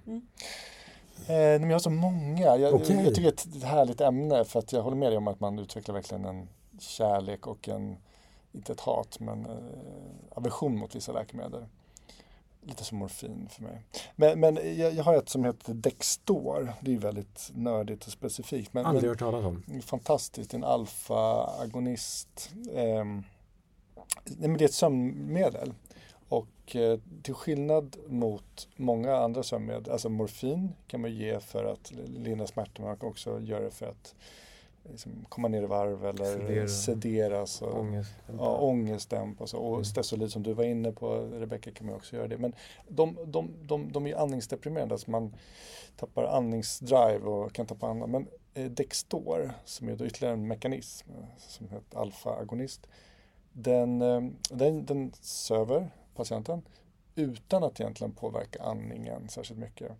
Eh, men jag har så många. Jag, Okej. jag tycker att det är ett härligt ämne, för att jag håller med dig om att man utvecklar verkligen en kärlek och en, inte ett hat, men eh, aversion mot vissa läkemedel. Lite som morfin för mig. Men, men jag, jag har ett som heter Dextor. Det är ju väldigt nördigt och specifikt. Men, Aldrig men, hört talas om. fantastiskt, en alfa-agonist. Eh, nej, men det är ett sömnmedel. Och eh, till skillnad mot många andra sömnmedel, alltså morfin kan man ge för att lindra smärta, men man kan också göra det för att liksom, komma ner i varv eller Sedera. sederas. Och, Ångest. ja, ångestdämp och så. Och Mm. stesolid som du var inne på, Rebecka, kan man också göra det. Men de, de, de, de är ju andningsdeprimerande, så man tappar andningsdrive och kan tappa andan. Men eh, Dextor, som är då ytterligare en mekanism eh, som heter alfa-agonist, den, eh, den, den söver patienten utan att egentligen påverka andningen särskilt mycket.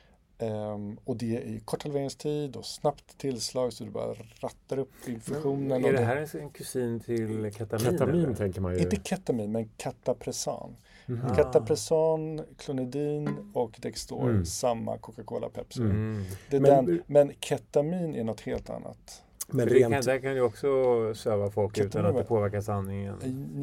Um, och det är i kort halveringstid och snabbt tillslag, så du bara rattar upp infusionen. Är och det det- här en kusin till ketamin? Ketamin eller? tänker man ju. Inte ketamin, men Catapresan. Mhm. Ah. Catapresan, Clonidin och Dextor, Mm. samma Coca-Cola, Pepsi. Mm. Mm. Det är Men- den, men ketamin är något helt annat. Men För rent... det kan, där kan ju också söva folk Kan utan det att det vara- påverkar sanningen.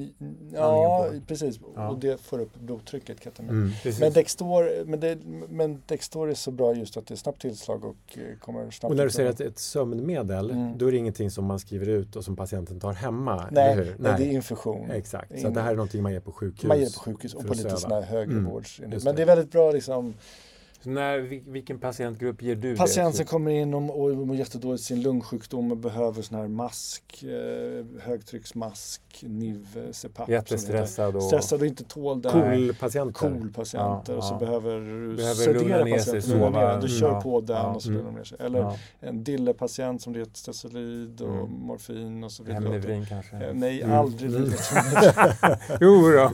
Ja, på. precis. Ja. Och det får upp blodtrycket, ketamin. Mm. Precis. Men Dextor, men, det, men Dextor är så bra just att det är snabbt tillslag och eh, kommer snabbt Och när du ut. säger att det är ett sömnmedel, Mm. då är det ingenting som man skriver ut och som patienten tar hemma, Nej, eller hur? nej, det är infusion. Exakt, så att det här är någonting man ger på sjukhus. Man ger det på sjukhus och för på att lite söva. sådana här högre Mm, vårdsenheter. just Men det. det är väldigt bra liksom. Så när, vil- vilken patientgrupp ger du Patienten det? som kommer in och, och mår jättedåligt sin lungsjukdom och behöver sån här mask, eh, högtrycksmask, N I V, C PAP. Jättestressad och Stressad och inte tål det. Cool-patienter. Cool-patienter Ja, och så ja. behöver du Behöver sedera lugna ner sig, patienten, lugna sova. ner. Du kör Ja. på den Ja. och så Mm. lugnar de ner sig. Eller Ja. en dillepatient som det är stesolid och Mm. morfin och så vidare. Hemnevrin kanske? Eh, Nej, Mm. aldrig Mm. livet. Jo då.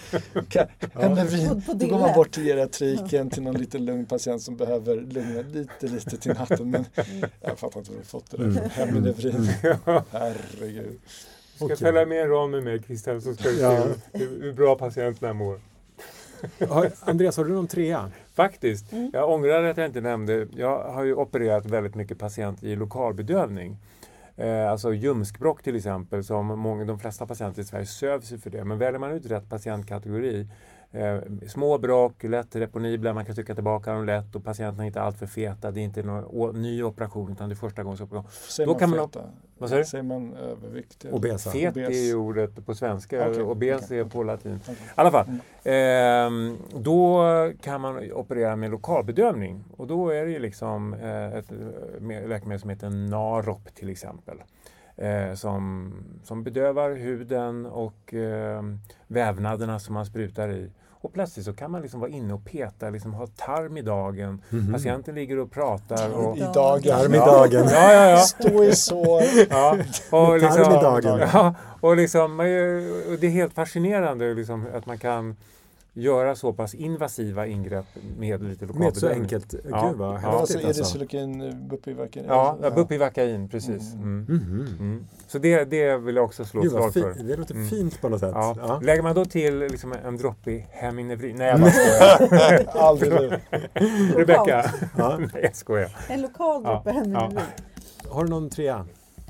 Hemnevrin, På- på då går dille. man bort till geriatriken till någon lite lugn patient som behöver lugna lite, lite till natten. Men jag fattar inte var du fått det där. Mm. Hemnevrin, herregud. Ska Okej. följa med en rad med mig, Christian, så ska du Ja. se hur, hur bra patienterna mår. Har, Andreas, har du någon trea? Faktiskt. Mm. Jag ångrar att jag inte nämnde, jag har ju opererat väldigt mycket patienter i lokalbedövning. Eh, alltså ljumskbråck till exempel, som många, de flesta patienter i Sverige söver sig för det. Men väljer man ut rätt patientkategori, eh, små bråck, lätt reponibla, man kan trycka tillbaka dem lätt och patienterna är inte alltför feta, det är inte någon å, ny operation utan det är första gångs operation. Säger Då man kan man feta? Vad säger du? Säger man överviktig? Obesa. Fet Obes. är ju ordet på svenska, Okej, obes okej, är på latin. okej. I alla fall, Mm. ehm, då kan man operera med lokalbedövning och då är det ju liksom eh, ett eh, läkemedel som heter Narop till exempel. Eh, som, som bedövar huden och eh, vävnaderna som man sprutar i. Och plötsligt så kan man liksom vara inne och peta, liksom ha tarm i dagen. Mhm. Patienten ligger och pratar. Och, I dagen. Tarm i dagen. ja, ja, ja. Stå i sår. ja. Och Med tarm i dagen. Ja, och, liksom, och det är helt fascinerande liksom, att man kan göra så pass invasiva ingrepp med lite Med så lokalbedövning. enkelt. Ja. Gud vad Ja. häftigt Alltså, är det alltså. cylokin, bupivakin? Ja, ja. Bupivacain, precis. Mm. Mhm. Mm. Så det, det vill jag också slå Gud vad slag för. fint. Det låter Mm. fint på något sätt. Ja. Ja. Lägger man då till liksom en droppe i Hemingevrin. Nej, jag bara skojar. Aldrig nu. Rebecka. Ja. Nej, jag skojar. En lokal Ja, droppe hemingevrin. Har du någon trea?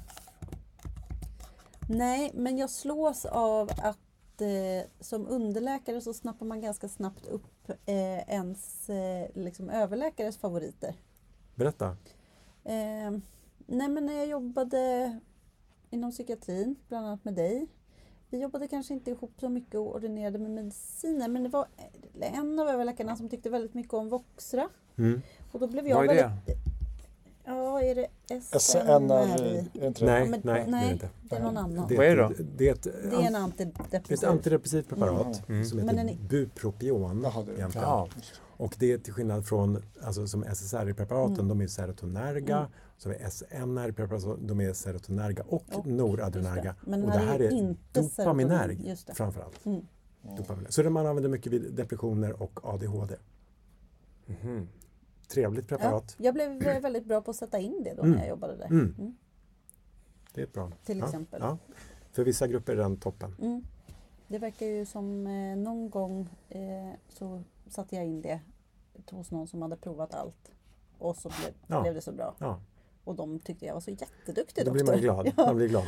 Nej, men jag slås av att eh, som underläkare så snappar man ganska snabbt upp eh, ens eh, liksom överläkares favoriter. Berätta. Eh, nej, men när jag jobbade inom psykiatrin, bland annat med dig. Vi jobbade kanske inte ihop så mycket och ordinerade med mediciner, men det var en av överläkarna som tyckte väldigt mycket om Voxra. Mm. Och då blev jag Vad är det? väldigt... Ja, är det S S N N R R I? I. Är inte det? Nej, Ja, men- nej, det är nej. det inte. Det är någon annan. Det, Vad är det då? Det är ett, Det är en ett antidepressiv. antidepressivt preparat Mm. som Men heter den är- bupropion. Jaha, det är det. egentligen. Ja. Och det är till skillnad från alltså, som S S R I-preparaten, Mm. de är serotonerga. Mm. Så är S N R I-preparaten, de är serotonerga och, Och, noradrenerga. Just det. Men Och den det här är inte dopaminerg serotonin. Just det. framförallt. Mm. Dopaminerg. Så det man använder mycket vid depressioner och A D H D. Mhm. Trevligt Ja, preparat. jag blev väldigt bra på att sätta in det då Mm. när jag jobbade där. Mm. Mm. Det är bra. Till Ja, exempel. Ja. För vissa grupper är den toppen. Mm. Det verkar ju som eh, någon gång eh, så satte jag in det hos någon som hade provat allt. Och så blev, Ja. blev det så bra. Ja. Och de tyckte jag var så jätteduktig Då blir doktor. man glad. Ja. Man blir glad.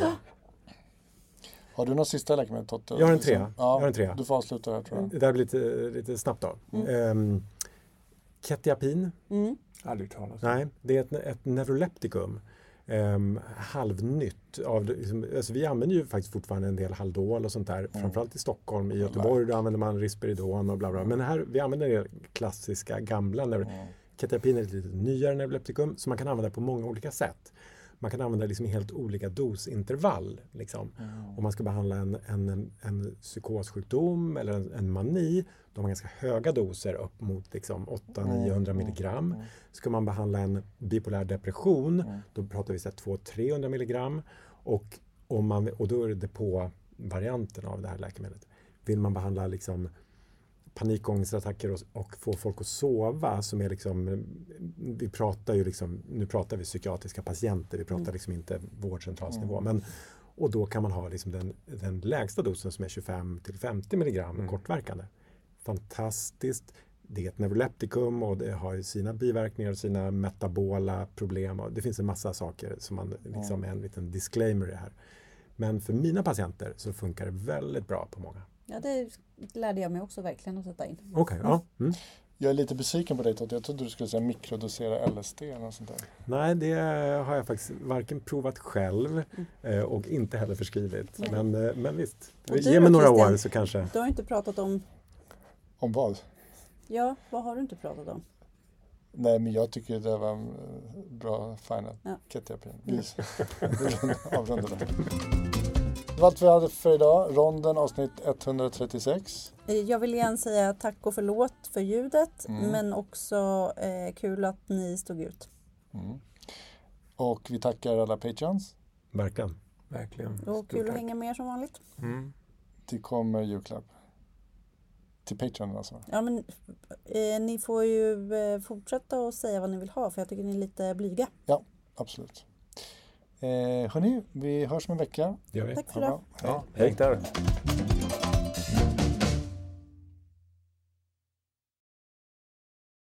Har du någon sista läkemedel, Totte? Jag har en trea. Ja, Jag har en trea. Du får avsluta här, tror jag. Det där blir lite, lite snabbt då. Mm. Ehm, Ketiapin. Mm. Aldrig talas om. Nej, det är ett, ett neuroleptikum. Um, halvnytt. Av, det- liksom, alltså vi använder ju faktiskt fortfarande en del Haldol och sånt där. Framförallt i Stockholm. I Göteborg då använder man Risperidon och bla bla. Men här, vi använder det klassiska gamla. Neuro- Mm. Ketiapin är ett lite nyare neuroleptikum som man kan använda på många olika sätt. Man kan använda liksom i helt olika dosintervall. Liksom. Mm. Om man ska behandla en, en, en psykossjukdom eller en, en mani, då har man ganska höga doser upp mot liksom åtta till niohundra milligram. Mm. Ska man behandla en bipolär depression, Mm. då pratar vi två till trehundra milligram. Och, om man, och då är det depåvarianten av det här läkemedlet. Vill man behandla liksom panikångestattacker och, och få folk att sova, som är liksom, vi pratar ju liksom, nu pratar vi psykiatriska patienter, vi pratar Mm. liksom inte vårdcentralsnivå. Mm. Men, och då kan man ha liksom den, den lägsta dosen som är tjugofem till femtio milligram Mm. kortverkande. Fantastiskt. det är ett neuroleptikum och det har ju sina biverkningar och sina metabola problem. Och det finns en massa saker som man liksom är en liten disclaimer i här. Men för mina patienter så funkar det väldigt bra på många. Ja, det lärde jag mig också verkligen att sätta in. Okej, okay, ja. Mm. Jag är lite besviken på dig Totte. Jag trodde du skulle säga mikrodosera L S D eller något sånt där. Nej, det har jag faktiskt varken provat själv mm. och inte heller förskrivit. Mm. Men, men visst, ge mig några år så kanske... Du har inte pratat om... Om vad? Ja, vad har du inte pratat om? Nej, men jag tycker det var en bra final ja. Ketterapi. Vi avrundar det. Det var allt vi hade för idag. Ronden avsnitt etthundratrettiosex. Jag vill igen säga tack och förlåt för ljudet. Mm. Men också eh, kul att ni stod ut. Mm. Och vi tackar alla Patreons. Verkligen. Verkligen. Och Stort kul tack. att hänga med som vanligt. Mm. Det kommer julklapp. Till Patreon alltså. Ja, men eh, ni får ju eh, fortsätta att säga vad ni vill ha. För jag tycker ni är lite blyga. Ja, absolut. Eh, hörni, vi hörs om en vecka. Gör vi. Tack för idag. Ja, hej. Hej där.